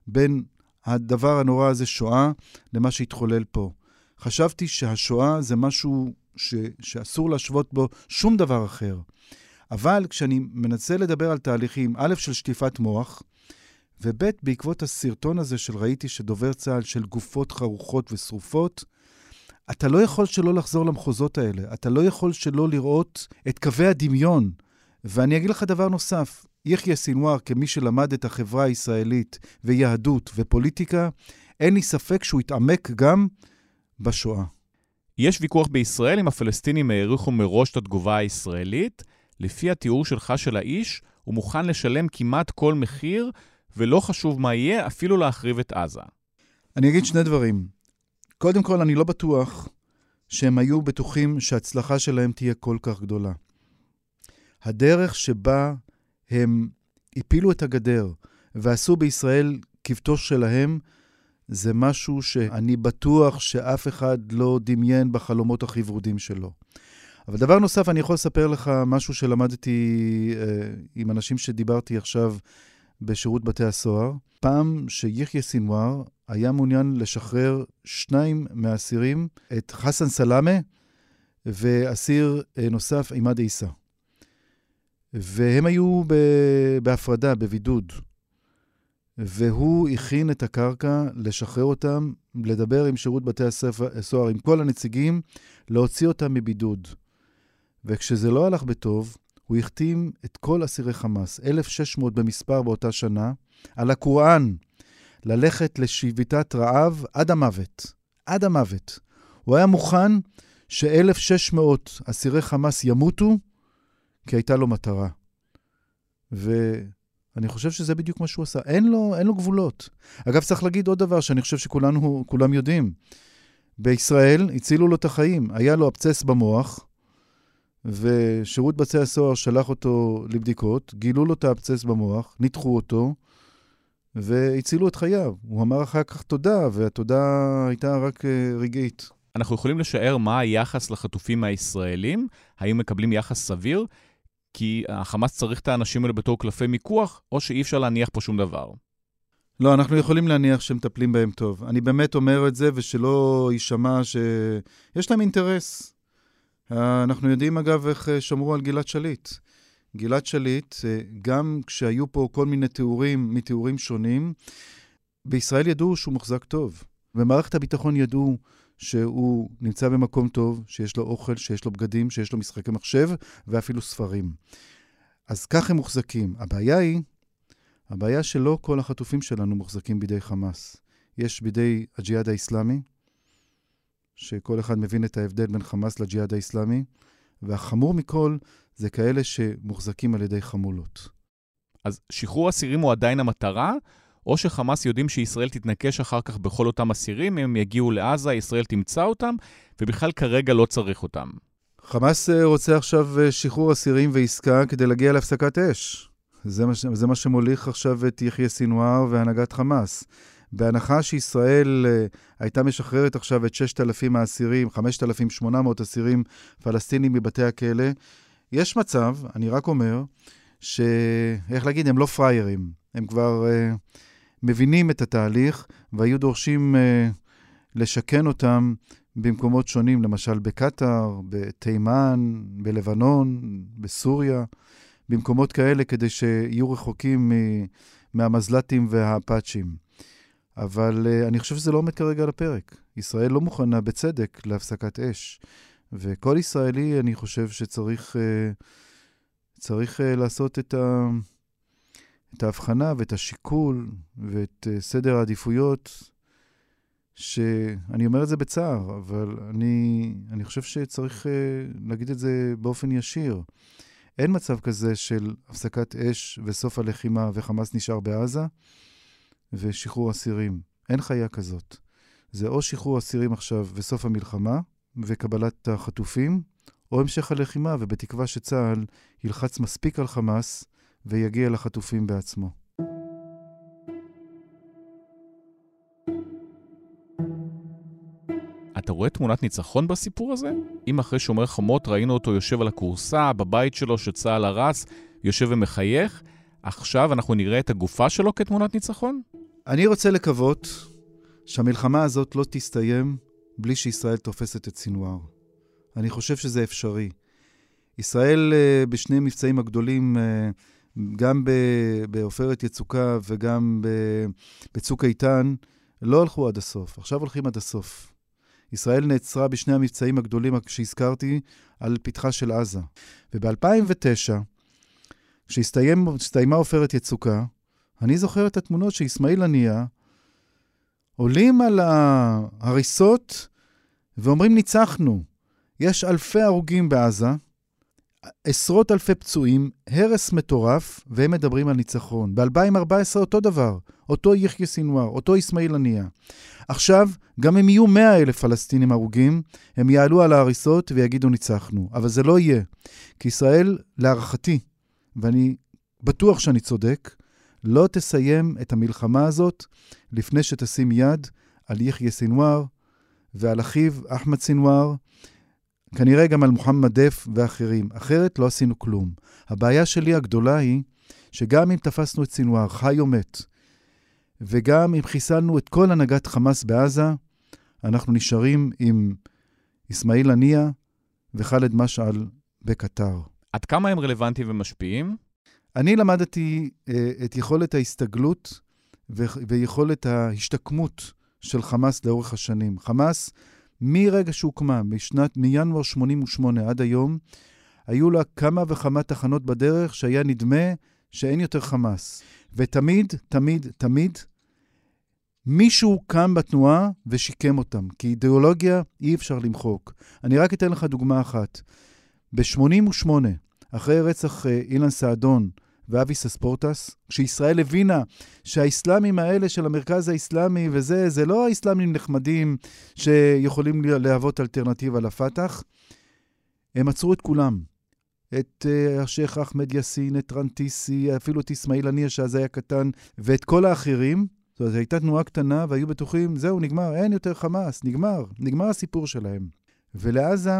בין הדבר הנורא הזה, שואה, למה שהתחולל פה. חשבתי שהשואה זה משהו שאסור להשוות בו שום דבר אחר. אבל כשאני מנסה לדבר על תהליכים, א' של שטיפת מוח, וב' בעקבות הסרטון הזה ראיתי שדובר צה"ל של גופות חרוכות ושרופות, אתה לא יכול שלא לחזור למחוזות האלה. אתה לא יכול שלא לראות את קווי הדמיון. ואני אגיד לך דבר נוסף. יחיא סינואר, כמי שלמד את החברה הישראלית ויהדות ופוליטיקה, אין לי ספק שהוא יתעמק גם בשואה. יש ויכוח בישראל אם הפלסטינים העריכו מראש את התגובה הישראלית. לפי התיאור שלך של האיש, הוא מוכן לשלם כמעט כל מחיר, ולא חשוב מה יהיה, אפילו להחריב את עזה. אני אגיד שני דברים. קודם כל, אני לא בטוח שהם היו בטוחים שההצלחה שלהם תהיה כל כך גדולה. הדרך שבה הם הפילו את הגדר ועשו בישראל כבתו שלהם, זה משהו שאני בטוח שאף אחד לא דמיין בחלומות הכי ורודים שלו. אבל דבר נוסף, אני יכול לספר לך משהו שלמדתי עם אנשים שדיברתי עכשיו בשירות בתי הסוהר. פעם שיחיא סינואר היה מעוניין לשחרר 2 מהאסירים, את חסן סלאמה ואסיר נוסף עימאד עיסא. והם היו בהפרדה, בבידוד. והוא הכין את הקרקע לשחרר אותם, לדבר עם שירות בתי הסוהר, עם כל הנציגים, להוציא אותם מבידוד. וכשזה לא הלך בטוב, הוא החתים את כל אסירי חמאס, 1,600 במספר באותה שנה, על הקוראן, ללכת לשביתת רעב עד המוות. עד המוות. הוא היה מוכן ש1,600 אסירי חמאס ימותו, כי הייתה לו מטרה. ואני חושב שזה בדיוק מה שהוא עשה. אין לו גבולות. אגב, צריך להגיד עוד דבר שאני חושב שכולם יודעים. בישראל הצילו לו את החיים. היה לו אבצס במוח, ושירות בתי הסוהר שלח אותו לבדיקות, גילו לו את האבצס במוח, ניתחו אותו, והצילו את חייו. הוא אמר אחר כך תודה, והתודה הייתה רק רגעית. אנחנו יכולים לשער מה היחס לחטופים הישראלים? האם מקבלים יחס סביר? כי החמאס צריך את האנשים האלה בתור קלפי מיקוח, או שאי אפשר להניח פה שום דבר? לא, אנחנו יכולים להניח שמטפלים בהם טוב. אני באמת אומר את זה, ושלא יישמע שיש להם אינטרס. אנחנו יודעים אגב איך שמרו על גלעד שליט. גלעד שליט, גם כשהיו פה כל מיני תיאורים מתיאורים שונים, בישראל ידעו שהוא מוחזק טוב. במערכת הביטחון ידעו שהוא נמצא במקום טוב, שיש לו אוכל, שיש לו בגדים, שיש לו משחקי מחשב, ואפילו ספרים. אז כך הם מוחזקים. הבעיה שלא כל החטופים שלנו מוחזקים בידי חמאס. יש בידי הג'יהאד האסלאמי, שכל אחד מבין את ההבדל בין חמאס לג'יהאד האסלאמי, והחמור מכל זה כאלה שמוחזקים על ידי חמולות. אז שחרור אסירים הוא עדיין המטרה, או שחמאס יודעים שישראל תתנקש אחר כך בכל אותם אסירים, הם יגיעו לעזה, ישראל תמצא אותם, ובכלל כרגע לא צריך אותם. חמאס רוצה עכשיו שחרור אסירים ועסקה כדי להגיע להפסקת אש. זה מה שמוליך עכשיו את יחיא סינואר והנהגת חמאס. בהנחה שישראל הייתה משחררת עכשיו את 6,000 האסירים, 5,800 אסירים פלסטינים מבתי הכלא, יש מצב, אני רק אומר, איך להגיד, הם לא פריירים. הם כבר מבינים את התהליך, והיו דורשים לשכן אותם במקומות שונים, למשל בקטר, בתימן, בלבנון, בסוריה, במקומות כאלה כדי שיהיו רחוקים מהמזלטים והאפאצ'ים. אבל אני חושב שזה לא עומד כרגע על הפרק. ישראל לא מוכנה בצדק להפסקת אש. וכל ישראלי, אני חושב שצריך לעשות את ההבחנה ואת השיקול ואת סדר העדיפויות, שאני אומר את זה בצער, אבל אני חושב שצריך להגיד את זה באופן ישיר. אין מצב כזה של הפסקת אש וסוף הלחימה וחמאס נשאר בעזה, ושחרור אסירים. אין חיה כזאת. זה או שחרור אסירים עכשיו וסוף המלחמה, וקבלת החטופים, או המשך הלחימה, ובתקווה שצה"ל ילחץ מספיק על חמאס, ויגיע לחטופים בעצמו. אתה רואה תמונת ניצחון בסיפור הזה? אם אחרי שומר חומות ראינו אותו יושב על הקורסה, בבית שלו שצה"ל הרס, יושב ומחייך, עכשיו אנחנו נראה את הגופה שלו כתמונת ניצחון? אני רוצה לקוות שהמלחמה הזאת לא תסתיים בלי שישראל תופסת את סינואר. אני חושב שזה אפשרי. ישראל בשני מבצעים הגדולים, גם בעופרת יצוקה וגם בצוק איתן, לא הלכו עד הסוף. עכשיו הולכים עד הסוף. ישראל נעצרה בשני המבצעים הגדולים שהזכרתי על פתחה של עזה. וב-2009, כשהסתיימה עופרת יצוקה, אני זוכר את התמונות שאסמאעיל הנייה עולים על ההריסות ואומרים ניצחנו. יש אלפי הרוגים בעזה, עשרות אלפי פצועים, הרס מטורף, והם מדברים על ניצחון. ב-2014 אותו דבר, אותו יחיא סינואר, אותו אסמאעיל הנייה. עכשיו, גם אם יהיו 100,000 פלסטינים הרוגים, הם יעלו על ההריסות ויגידו ניצחנו. אבל זה לא יהיה. כי ישראל, להערכתי, ואני בטוח שאני צודק, לא תסיים את המלחמה הזאת לפני שתשים יד על יחיא סינואר ועל אחיו אחמד סינואר, כנראה גם על מוחמד דף ואחרים. אחרת לא עשינו כלום. הבעיה שלי הגדולה היא שגם אם תפסנו את סינואר, חי או מת, וגם אם חיסלנו את כל הנהגת חמאס בעזה, אנחנו נשארים עם אסמאעיל הנייה וח'אלד משעל בקטר. עד כמה הם רלוונטיים ומשפיעים? אני למדתי את יכולת ההסתגלות ויכולת ההשתקמות של חמאס לאורך השנים. חמאס, מרגע שהוקמה, מינואר 88 עד היום, היו לה כמה וכמה תחנות בדרך שהיה נדמה שאין יותר חמאס. ותמיד, תמיד, תמיד, מישהו קם בתנועה ושיקם אותם. כי אידיאולוגיה אי אפשר למחוק. אני רק אתן לך דוגמה אחת. ב-88, אחרי רצח אילן סעדון ואבי סספורטס, כשישראל הבינה שהאסלאמים האלה של המרכז האסלאמי וזה, זה לא האסלאמים נחמדים שיכולים להוות אלטרנטיבה לפתח, הם עצרו את כולם. את השייך אחמד יאסין, את רנטיסי, אפילו את אסמאעיל הנייה שאז היה קטן, ואת כל האחרים. זאת אומרת, הייתה תנועה קטנה והיו בטוחים, זהו, נגמר, אין יותר חמאס, נגמר הסיפור שלהם. ולעזה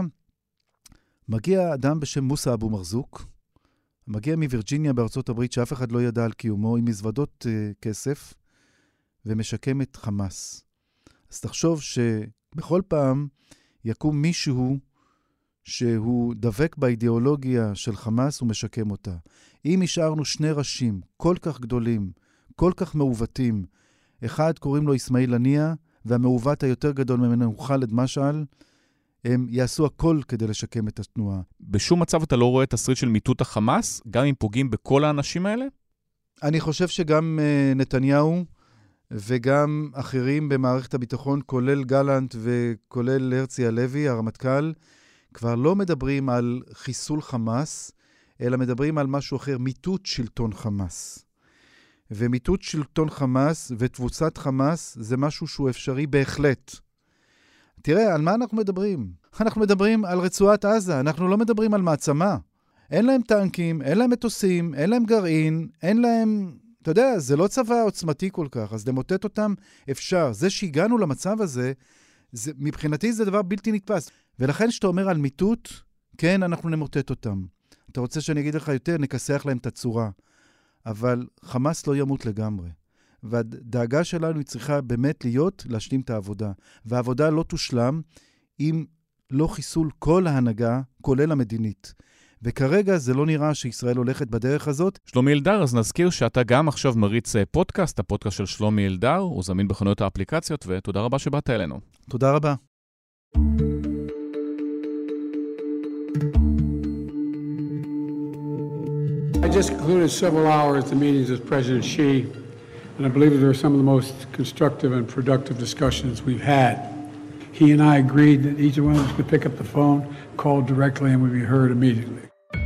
מגיע אדם בשם מוסא אבו מרזוק, מגיע מווירג'יניה בארצות הברית שאף אחד לא ידע על קיומו, עם מזוודות כסף, ומשקם את חמאס. אז תחשוב שבכל פעם יקום מישהו שהוא דבק באידיאולוגיה של חמאס ומשקם אותה. אם השארנו שני ראשים כל כך גדולים, כל כך מעוותים, אחד קוראים לו אסמאעיל הנייה, והמעוות היותר גדול ממנו הוא ח'אלד משעל, הם יעשו הכל כדי לשקם את התנועה. בשום מצב אתה לא רואה תסריט של מיטוט החמאס, גם אם פוגעים בכל האנשים האלה? אני חושב שגם נתניהו וגם אחרים במערכת הביטחון, כולל גלנט וכולל הרצי הלוי, הרמטכ"ל, כבר לא מדברים על חיסול חמאס, אלא מדברים על משהו אחר, מיטוט שלטון חמאס. ומיטוט שלטון חמאס ותבוצת חמאס זה משהו שהוא אפשרי בהחלט. תראה, על מה אנחנו מדברים? אנחנו מדברים על רצועת עזה, אנחנו לא מדברים על מעצמה. אין להם טנקים, אין להם מטוסים, אין להם גרעין, אין להם... אתה יודע, זה לא צבא עוצמתי כל כך, אז למוטט אותם אפשר. זה שהגענו למצב הזה, מבחינתי זה דבר בלתי נתפס. ולכן שאתה אומר על מיטוט, כן, אנחנו נמוטט אותם. אתה רוצה שאני אגיד לך יותר, נכסח להם את הצורה. אבל חמאס לא ימות לגמרי. והדאגה שלנו היא צריכה באמת להיות להשלים את העבודה. והעבודה לא תושלם אם לא חיסול כל ההנהגה, כולל המדינית. וכרגע זה לא נראה שישראל הולכת בדרך הזאת. שלומי אלדר, אז נזכיר שאתה גם עכשיו מריץ פודקאסט, הפודקאסט של שלומי אלדר, הוא זמין בחנויות האפליקציות, ותודה רבה שבאת אלינו. תודה רבה. I just concluded several hours the meetings with President Xi, and I believe they were some of the most constructive and productive discussions we've had. He and I agreed that each one of us could pick up the phone, call directly, and would be heard immediately.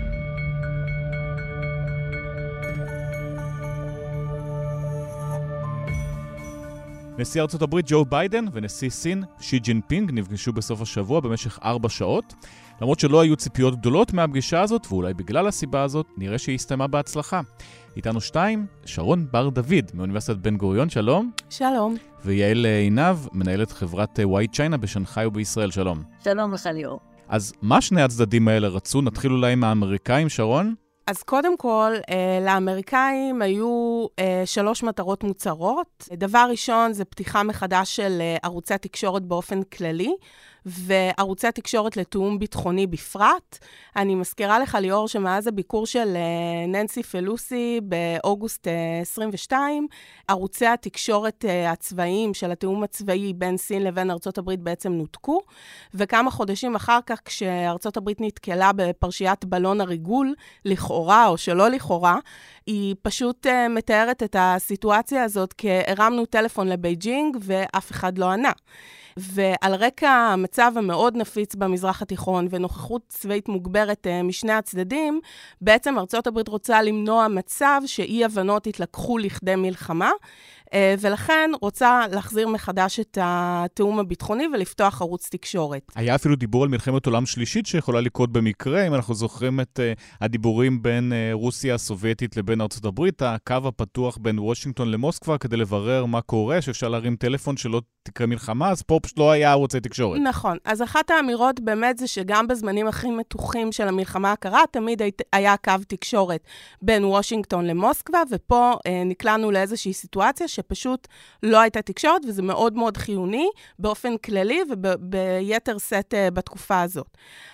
נשיא ארצות הברית ג'ו ביידן ונשיא סין שי ג'ינפינג נפגשו בסוף השבוע במשך 4 שעות. למרות שלא היו ציפיות גדולות מהפגישה הזאת, ואולי בגלל הסיבה הזאת, נראה שהיא הסתיימה בהצלחה. איתנו 2, שרון בר דוד מאוניברסיטת בן גוריון, שלום. שלום. ויעל עינב, מנהלת חברת ווייט צ'יינה בשנגחאי ובישראל, שלום. שלום לך ליאור. אז מה שני הצדדים האלה רצו? נתחיל אולי עם האמריקאים, שרון? אז קודם כל, לאמריקאים היו 3 מטרות מוצהרות. דבר ראשון זה פתיחה מחדש של ערוצי התקשורת באופן כללי, וערוצי התקשורת לתאום ביטחוני בפרט. אני מזכירה לך, ליאור, שמאז הביקור של ננסי פלוסי באוגוסט 22, ערוצי התקשורת הצבאיים של התאום הצבאי בין סין לבין ארצות הברית בעצם נותקו, וכמה חודשים אחר כך, כשארצות הברית נתקלה בפרשיית בלון הריגול, לכאורה או שלא לכאורה, היא פשוט מתארת את הסיטואציה הזאת כהרמנו טלפון לבייג'ינג ואף אחד לא ענה. ועל רקע המצב המאוד נפיץ במזרח התיכון ונוכחות צבאית מוגברת משני הצדדים, בעצם ארצות הברית רוצה למנוע מצב שאי הבנות יתלקחו לכדי מלחמה, ולכן רוצה להחזיר מחדש את התאום הביטחוני ולפתוח ערוץ תקשורת. היה אפילו דיבור על מלחמת עולם שלישית שיכולה לקרות במקרה, אם אנחנו זוכרים את הדיבורים בין רוסיה הסובייטית לבין ארצות הברית, הקו הפתוח בין וושינגטון למוסקבה, כדי לברר מה קורה, שאפשר להרים טלפון שלא תקרה מלחמה, אז פה פשוט לא היה ערוצי תקשורת. נכון. אז אחת האמירות באמת זה שגם בזמנים הכי מתוחים של המלחמה הקרה, תמיד היה קו תקשורת בין וושינגטון למוסקבה, ופה נקלענו לאיזושהי סיטואציה שפשוט לא הייתה תקשורת, וזה מאוד מאוד חיוני באופן כללי וביתר סט בתקופה הזאת.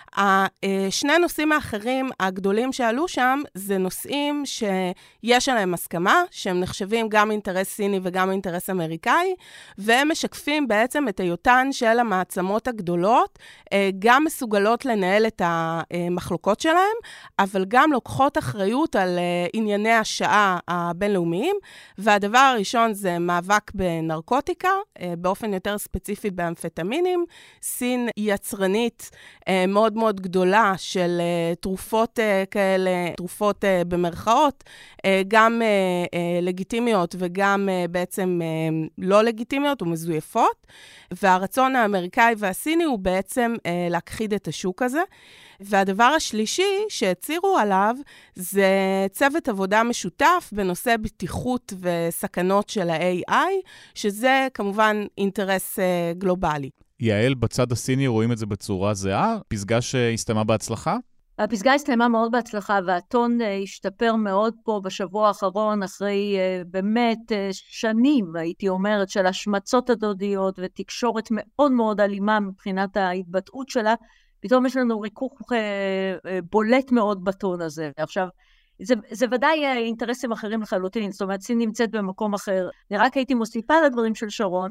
שני נושאים האחרים הגדולים שעלו שם, זה נושאים שיש עליהם הסכמה, שהם נחשבים גם אינטרס סיני וגם אינטרס אמריקאי, והם משקפים בעצם את היותן של המעצמות הגדולות, גם מסוגלות לנהל את המחלוקות שלהם, אבל גם לוקחות אחריות על ענייני השעה הבינלאומיים, והדבר הראשון זה מאבק בנרקוטיקה, באופן יותר ספציפי באמפטמינים. סין יצרנית מאוד מאוד גדולה של תרופות כאלה, תרופות במרכאות, גם לגיטימיות וגם בעצם לא לגיטימיות ומזויפות, והרצון האמריקאי והסיני הוא בעצם להכחיד את השוק הזה. והדבר השלישי שהצירו עליו זה צוות עבודה משותף בנושא בטיחות וסכנות של ה-AI, שזה כמובן אינטרס גלובלי. יעל, בצד הסיני רואים את זה בצורה זהה? פסגה שהסתיימה בהצלחה? הפסגה הסתיימה מאוד בהצלחה, והטון השתפר מאוד פה בשבוע האחרון, אחרי באמת שנים, הייתי אומרת, של השמצות הדודיות ותקשורת מאוד מאוד אלימה מבחינת ההתבטאות שלה. פתאום יש לנו ריכוך בולט מאוד בטון הזה. עכשיו, זה ודאי אינטרסים אחרים לחלוטין, זאת אומרת, סין נמצאת במקום אחר. אני רק הייתי מוסיפה לדברים של שרון,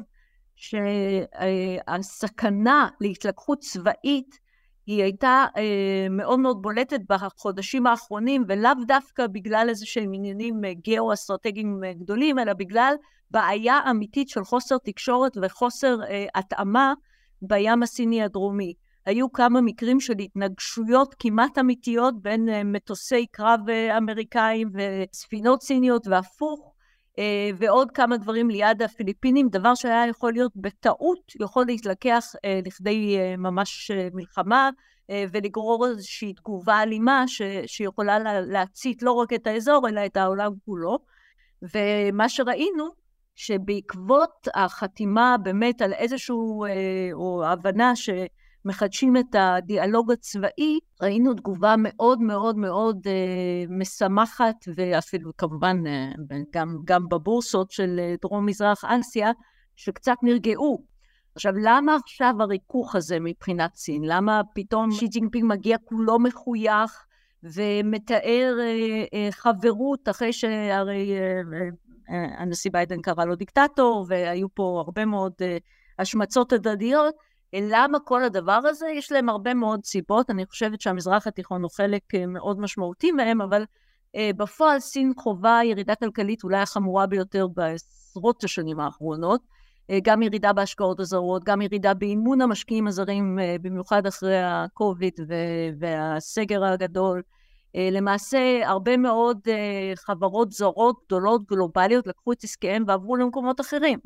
שהסכנה להתלקחות צבאית היא הייתה מאוד מאוד בולטת בחודשים האחרונים, ולאו דווקא בגלל איזשהם עניינים גיאו-אסטרטגיים גדולים, אלא בגלל בעיה אמיתית של חוסר תקשורת וחוסר התאמה בים הסיני הדרומי. היו כמה מקרים של התנגשויות כמעט אמיתיות בין מטוסי קרב אמריקאים וספינות סיניות והפוך, ועוד כמה דברים ליד הפיליפינים, דבר שהיה יכול להיות בטעות, יכול להתלקח לכדי ממש מלחמה, ולגרור איזושהי תגובה אלימה שיכולה להצית לא רק את האזור, אלא את העולם כולו. ומה שראינו, שבעקבות החתימה באמת על איזשהו, או הבנה מחדשים את הדיאלוג הצבאי, ראינו תגובה מאוד מאוד מאוד משמחת, ואפילו כמובן גם בבורסות של דרום מזרח אסיה, שקצת נרגעו. עכשיו, למה עכשיו הריכוך הזה מבחינת סין? למה פתאום שי ג'ינפינג מגיע כולו מחוייך, ומתאר חברות, אחרי שהרי הנשיא ביידן קרא לו דיקטטור, והיו פה הרבה מאוד השמצות הדדיות, למה כל הדבר הזה? יש להם הרבה מאוד סיבות, אני חושבת שהמזרח התיכון הוא חלק מאוד משמעותי מהם, אבל בפועל סין חובה ירידה כלכלית אולי החמורה ביותר בעשרות השנים האחרונות, גם ירידה בהשקעות הזרות, גם ירידה באימון המשקיעים הזרים, במיוחד אחרי הקוביד והסגר הגדול. למעשה הרבה מאוד חברות זרות גדולות גלובליות לקחו את עסקיהם ועברו למקומות אחרים,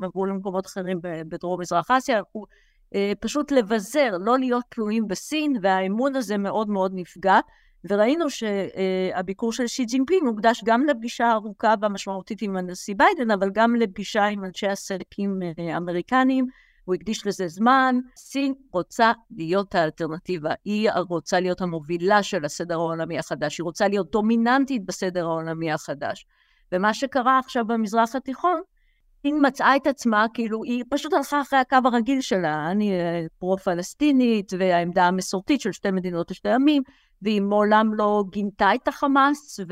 בדרום מזרח אסיה, פשוט לבזר, לא להיות תלויים בסין, והאמון הזה מאוד מאוד נפגע, וראינו שהביקור של שי ג'ינפינג מוקדש גם לפגישה ארוכה והמשמעותית עם הנשיא ביידן, אבל גם לפגישה עם אנשי עסקים אמריקניים, הוא הקדיש לזה זמן. סין רוצה להיות האלטרנטיבה, היא רוצה להיות המובילה של הסדר העולמי החדש, היא רוצה להיות דומיננטית בסדר העולמי החדש. ומה שקרה עכשיו במזרח התיכון, היא מצאה את עצמה, כאילו היא פשוט הלכה אחרי הקו הרגיל שלה, אני פרו-פלסטינית, והעמדה המסורתית של שתי מדינות לשתי עמים, והיא מעולם לא גינתה את החמאס,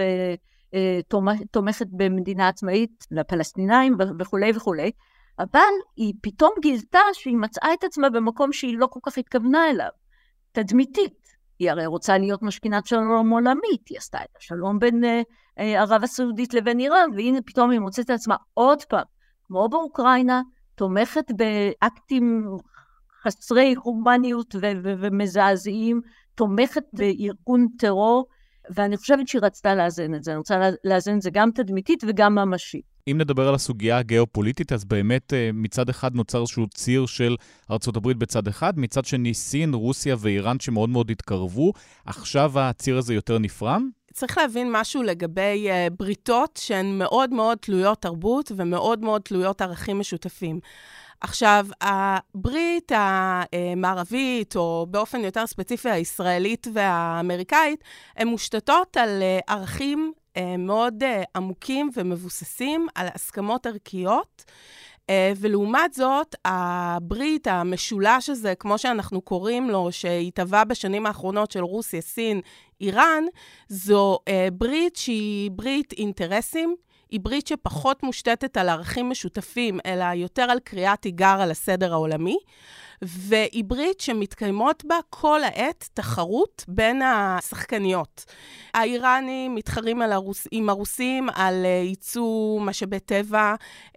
ותומכת במדינה עצמאית לפלסטינאים וכו' וכו'. אבל היא פתאום גילתה שהיא מצאה את עצמה במקום שהיא לא כל כך התכוונה אליו, תדמיתית. היא הרי רוצה להיות משכינת שלום עולמית, היא עשתה את השלום בין ערב הסעודית לבין איראן, והנה פתאום היא מוצאת את עצמה עוד פעם, כמו באוקראינה, תומכת באקטים חסרי הומניות ומזעזעים, תומכת בארגון טרור, ואני חושבת שהיא רצתה לאזן את זה. אני רוצה לאזן את זה גם תדמיתית וגם ממשית. אם נדבר על הסוגיה הגיאופוליטית, אז באמת מצד אחד נוצר איזשהו ציר של ארצות הברית בצד אחד, מצד שני סין, רוסיה ואיראן שמאוד מאוד התקרבו, עכשיו הציר הזה יותר נפרם? צריך להבין משהו לגבי בריתות שהן מאוד מאוד תלויות תרבות ומאוד מאוד תלויות ערכים משותפים. עכשיו, הברית המערבית, או באופן יותר ספציפי הישראלית והאמריקאית, הן מושתתות על ערכים מאוד עמוקים ומבוססים, על הסכמות ערכיות, ולעומת זאת, הברית, המשולש הזה, כמו שאנחנו קוראים לו, שהתהווה בשנים האחרונות של רוסיה, סין, איראן, זו ברית שהיא ברית אינטרסים, היא ברית שפחות מושתתת על ערכים משותפים, אלא יותר על קריאת תיגר על הסדר העולמי, והיא ברית שמתקיימות בה כל העת תחרות בין השחקניות. האיראנים מתחרים עם הרוסים על ייצוא משאבי טבע,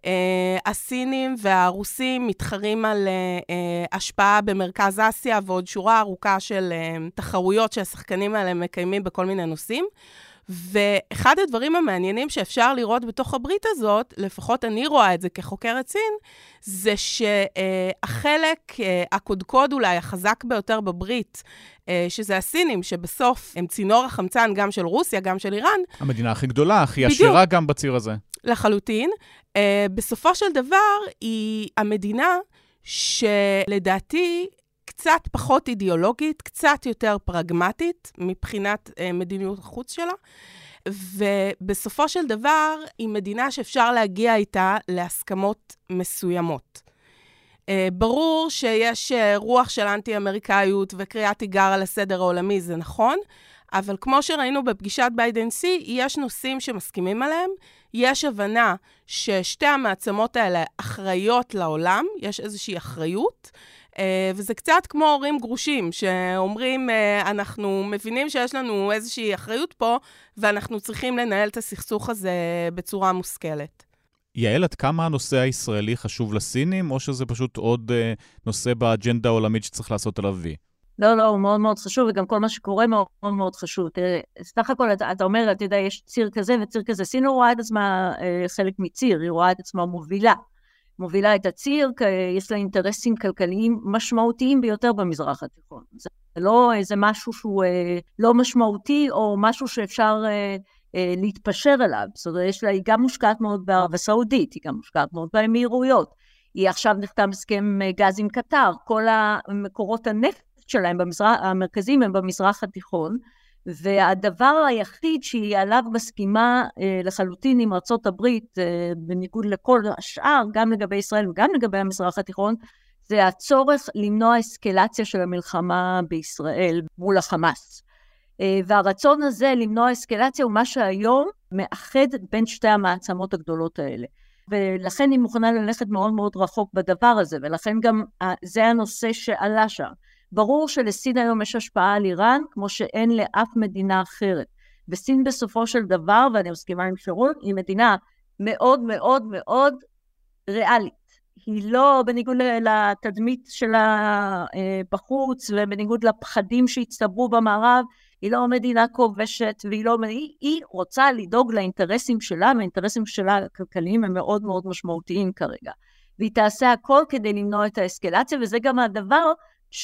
הסינים והרוסים מתחרים על השפעה במרכז אסיה, ועוד שורה ארוכה של תחרויות שהשחקנים האלה מקיימים בכל מיני נושאים. ואחד הדברים המעניינים שאפשר לראות בתוך הברית הזאת, לפחות אני רואה את זה כחוקרת סין, זה שהחלק הקודקוד אולי החזק ביותר בברית, שזה הסינים, שבסוף הם צינור החמצן גם של רוסיה, גם של איראן. המדינה הכי גדולה, הכי עשירה גם בציר הזה. לחלוטין. בסופו של דבר, היא המדינה שלדעתי קצת פחות אידיאולוגית, קצת יותר פרגמטית מבחינת מדיניות החוץ שלה, ובסופו של דבר היא מדינה שאפשר להגיע איתה להסכמות מסוימות. ברור שיש רוח של אנטי-אמריקאיות וקריאת תיגר על הסדר העולמי, זה נכון, אבל כמו שראינו בפגישת ביידן-סי, יש נושאים שמסכימים עליהם, יש הבנה ששתי המעצמות האלה אחראיות לעולם, יש איזושהי אחריות, וזה קצת כמו הורים גרושים, שאומרים, אנחנו מבינים שיש לנו איזושהי אחריות פה, ואנחנו צריכים לנהל את הסכסוך הזה בצורה מושכלת. יעל, עד כמה הנושא הישראלי חשוב לסינים, או שזה פשוט עוד נושא באג'נדה העולמית שצריך לעשות עליו וי? לא, הוא מאוד מאוד חשוב, וגם כל מה שקורה מאוד מאוד חשוב. סך הכל, אתה אומר, אתה יודע, יש ציר כזה וציר כזה. סין לא רואה את עצמה חלק מציר, היא רואה את עצמה מובילה את הציר, יש לה אינטרסים כלכליים משמעותיים ביותר במזרח התיכון. זה לא איזה משהו שהוא לא משמעותי, או משהו שאפשר להתפשר עליו. זאת אומרת, היא גם מושקעת מאוד בערב הסעודית, היא גם מושקעת מאוד באמירויות. היא עכשיו נחתם הסכם גז עם קטר, כל המקורות הנפט שלהם המרכזיים הם במזרח התיכון, והדבר היחיד שהיא עליו מסכימה לחלוטין עם ארצות הברית, בניגוד לכל השאר, גם לגבי ישראל וגם לגבי המזרח התיכון, זה הצורך למנוע אסקלציה של המלחמה בישראל מול החמאס. והרצון הזה למנוע אסקלציה הוא מה שהיום מאחד בין שתי המעצמות הגדולות האלה. ולכן היא מוכנה ללכת מאוד מאוד רחוק בדבר הזה, ולכן גם זה הנושא שעלה שם. ברור שלסין היום יש השפעה על איראן, כמו שאין לאף מדינה אחרת. וסין בסופו של דבר, ואני מסכימה עם שרון, היא מדינה מאוד מאוד מאוד ריאלית. היא לא, בניגוד לתדמית שלה בחוץ, ובניגוד לפחדים שהצטברו במערב, היא לא מדינה כובשת, היא רוצה לדאוג לאינטרסים שלה, והאינטרסים שלה הכלכליים הם מאוד מאוד משמעותיים כרגע. והיא תעשה הכל כדי למנוע את האסקלציה, וזה גם הדבר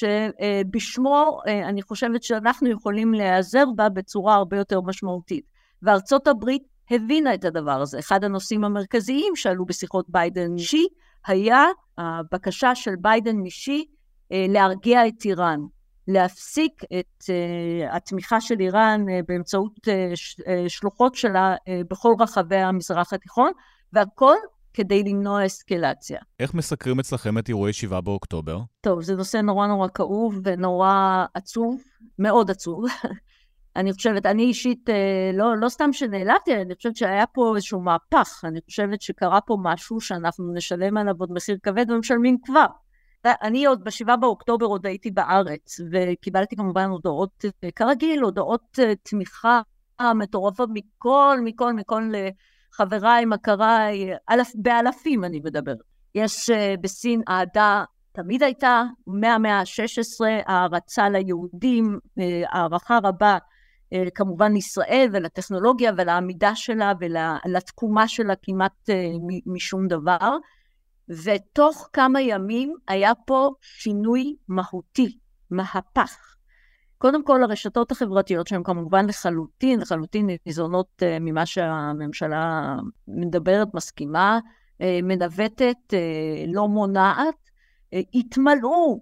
שבשמו אני חושבת שאנחנו יכולים להיעזר בה בצורה הרבה יותר משמעותית. וארצות הברית הבינה את הדבר הזה. אחד הנושאים המרכזיים שעלו בשיחות ביידן-שי היה הבקשה של ביידן משי להרגיע את איראן, להפסיק את התמיכה של איראן באמצעות שלוחות שלה בכל רחבי המזרח התיכון, והכל כדי למנוע אסקלציה. איך מסקרים אצלכם את אירועי 7 באוקטובר? טוב, זה נושא נורא נורא כאוב ונורא עצוב, מאוד עצוב. אני חושבת, אני אישית, לא סתם שנעלבתי, אני חושבת שהיה פה איזשהו מהפך, אני חושבת שקרה פה משהו שאנחנו נשלם עליו עוד מחיר כבד ומשלמים כבר. אני עוד ב7 באוקטובר עוד הייתי בארץ, וקיבלתי כמובן הודעות, כרגיל, הודעות תמיכה מטורפות מכל חבריי, מכריי, באלפים אני מדבר. יש בסין אהדה, תמיד הייתה, מהמאה ה-16, הערצה ליהודים, הערכה רבה, כמובן לישראל ולטכנולוגיה ולעמידה שלה ולתקומה שלה כמעט משום דבר, ותוך כמה ימים היה פה שינוי מהותי, מהפך. קודם כל הרשתות החברתיות שהן כמובן לחלוטין ניזונות ממה שהממשלה מדברת, מסכימה, מנווטת, לא מונעת, התמלאו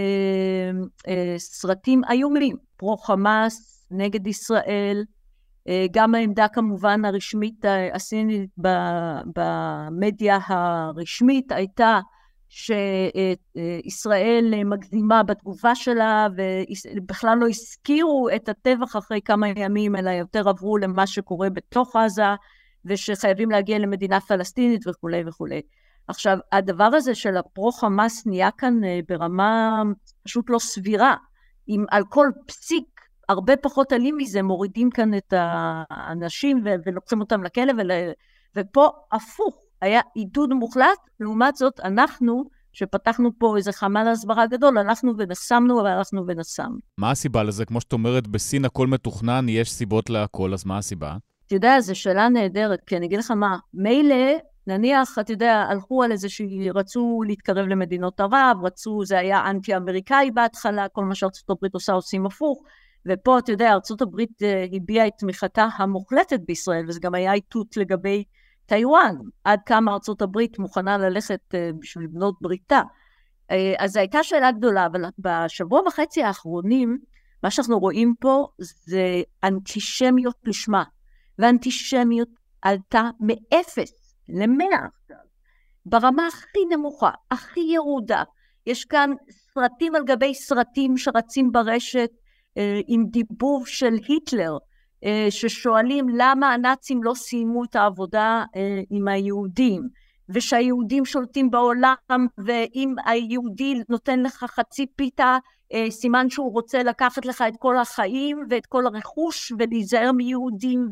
בסרטים איומים, פרו חמאס, נגד ישראל, גם העמדה כמובן הרשמית הסינית במדיה הרשמית הייתה שישראל מגזימה בתגובה שלה, ובכלל לא הזכירו את הטבח אחרי כמה ימים, אלא יותר עברו למה שקורה בתוך עזה, ושחייבים להגיע למדינה פלסטינית וכו' וכו'. עכשיו, הדבר הזה של הפרו חמאס נהיה כאן ברמה פשוט לא סבירה, אם על כל פסיק הרבה פחות אלים מזה, מורידים כאן את האנשים ולוקחים אותם לכלא, ופה הפוך, היה עידוד מוחלט, לעומת זאת אנחנו, שפתחנו פה איזה חמ"ל הסברה גדול, הלכנו ונסמנו. מה הסיבה לזה? כמו שאת אומרת, בסין הכל מתוכנן, יש סיבות להכל, אז מה הסיבה? אתה יודע, זו שאלה נהדרת, כי אני אגיד לך מה, מילא, נניח, אתה יודע, הלכו על איזה שרצו להתקרב למדינות ערב, זה היה אנטי-אמריקאי בהתחלה, כל מה שארצות הברית עושים הפוך, ופה, אתה יודע, ארצות הברית הביעה את תמיכתה המוחלטת בישראל, וזה גם היה איתות לגבי טיואן, עד כמה ארצות הברית מוכנה ללכת בשביל בנות בריתה. אז זו הייתה שאלה גדולה, אבל בשבוע וחצי האחרונים, מה שאנחנו רואים פה זה אנטישמיות לשמה, ואנטישמיות עלתה מ-0 ל-100, ברמה הכי נמוכה, הכי ירודה. יש כאן סרטים על גבי סרטים שרצים ברשת, עם דיבוב של היטלר, ששואלים למה הנאצים לא סיימו את העבודה עם היהודים, ושהיהודים שולטים בעולם, ואם היהודי נותן לך חצי פיתה, סימן שהוא רוצה לקחת לך את כל החיים, ואת כל הרכוש, ולהיזהר מיהודים,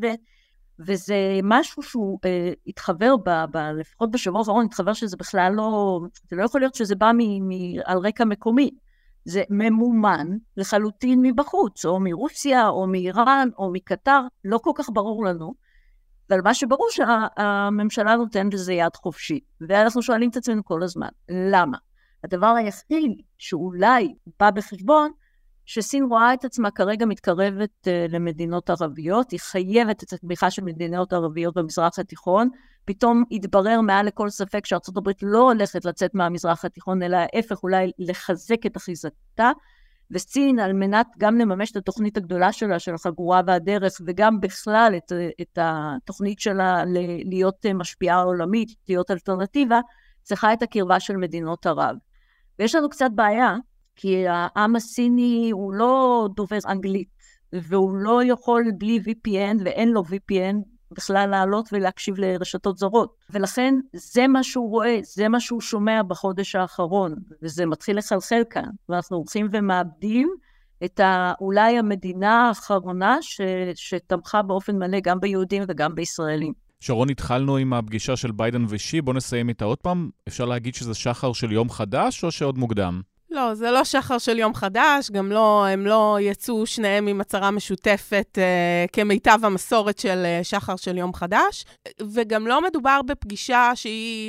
וזה משהו שהוא התחבר, לפחות בשבוע האחרון, התחבר שזה בכלל לא, זה לא יכול להיות שזה בא על רקע מקומי, זה ממומן לחלוטין מבחוץ, או מרוסיה, או מאיראן, או מקטר, לא כל כך ברור לנו, אבל מה שברור שהממשלה נותנת לזה יד חופשית, ואנחנו שואלים את עצמנו כל הזמן, למה? הדבר היחיד שאולי בא בחשבון, שסין רואה את עצמה כרגע מתקרבת למדינות ערביות, היא חייבת את התמיכה של מדינות ערביות במזרח התיכון, פתאום יתברר מעל לכל ספק שארצות הברית לא הולכת לצאת מהמזרח התיכון, אלא ההפך אולי לחזק את אחיזתה, וסין על מנת גם לממש את התוכנית הגדולה שלה, של החגורה והדרך, וגם בכלל את התוכנית שלה להיות משפיעה עולמית, להיות אלטרנטיבה, צריכה את הקרבה של מדינות ערב. ויש לנו קצת בעיה, כי העם הסיני הוא לא דובר אנגלית, והוא לא יכול בלי VPN, ואין לו VPN בכלל לעלות ולהקשיב לרשתות זרות. ולכן זה מה שהוא רואה, זה מה שהוא שומע בחודש האחרון, וזה מתחיל לחלחל כאן, ואנחנו הולכים ומאבדים את אולי המדינה האחרונה שתמכה באופן מלא גם ביהודים וגם בישראלים. שרון, התחלנו עם הפגישה של ביידן ושי, בוא נסיים איתה עוד פעם. אפשר להגיד שזה שחר של יום חדש או שעוד מוקדם? לא, זה לא שחר של יום חדש, גם לא, הם לא יצאו שניהם עם הצהרה משותפת כמיטב המסורת של שחר של יום חדש, וגם לא מדובר בפגישה שהיא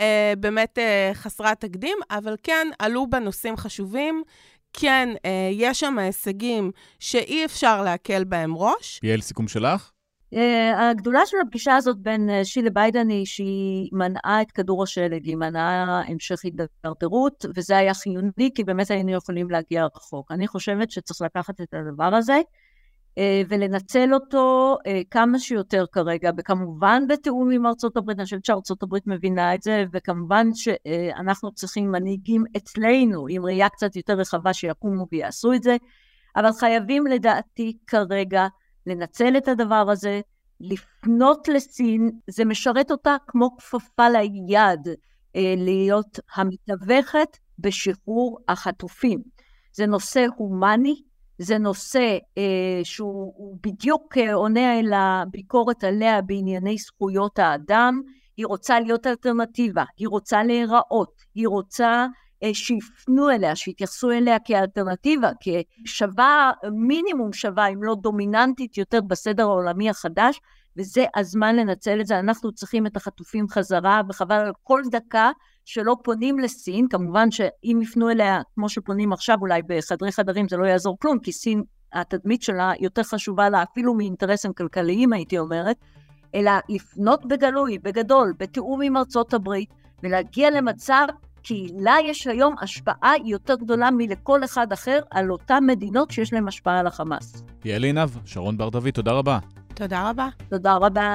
באמת חסרת תקדים, אבל כן עלו בנושאים חשובים, כן יש שם הישגים שאי אפשר להקל בהם ראש. יעל, סיכום שלך? הגדולה של הפגישה הזאת בין שי לביידן היא שהיא מנעה את כדור השלג, היא מנעה המשך הידרדרות, וזה היה חיוני, כי באמת היינו יכולים להגיע רחוק. אני חושבת שצריך לקחת את הדבר הזה, ולנצל אותו כמה שיותר כרגע, וכמובן בתיאום עם ארצות הברית, אני חושבת שארצות הברית מבינה את זה, וכמובן שאנחנו צריכים מנהיגים אצלנו, עם ראייה קצת יותר רחבה שיקומו ויעשו את זה, אבל חייבים לדעתי כרגע לנצל את הדבר הזה, לפנות לסין, זה משרת אותה כמו כפפה ליד, להיות המתווכת בשחרור החטופים. זה נושא הומני, זה נושא שהוא בדיוק עונה אל הביקורת עליה בענייני זכויות האדם, היא רוצה להיות אלטרנטיבה, היא רוצה להיראות, היא רוצה שיפנו אליה, שיתייחסו אליה כאלטרנטיבה, כשווה, מינימום שווה, אם לא דומיננטית יותר בסדר העולמי החדש, וזה הזמן לנצל את זה. אנחנו צריכים את החטופים חזרה, וחבל על כל דקה שלא פונים לסין, כמובן שאם יפנו אליה, כמו שפונים עכשיו, אולי בחדרי חדרים זה לא יעזור כלום, כי סין, התדמית שלה יותר חשובה לה, אפילו מאינטרסים כלכליים, הייתי אומרת, אלא לפנות בגלוי, בגדול, בתיאום עם ארצות הברית, ולהגיע למצב, כי לה יש היום השפעה יותר גדולה מלכל אחד אחר, על אותן מדינות שיש להם השפעה על החמאס. יעל עינב, שרון בר דוד, תודה רבה. תודה רבה. תודה רבה.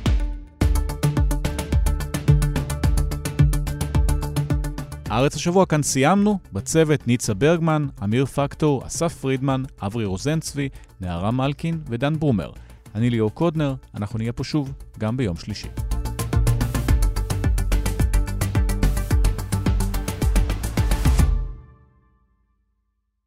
הארץ השבוע כאן סיימנו, בצוות ניצה ברגמן, אמיר פקטור, אסף פרידמן, אברי רוזנצבי, נערה מלקין ודן ברומר. אני ליאור קודנר, אנחנו נהיה פה שוב גם ביום שלישי.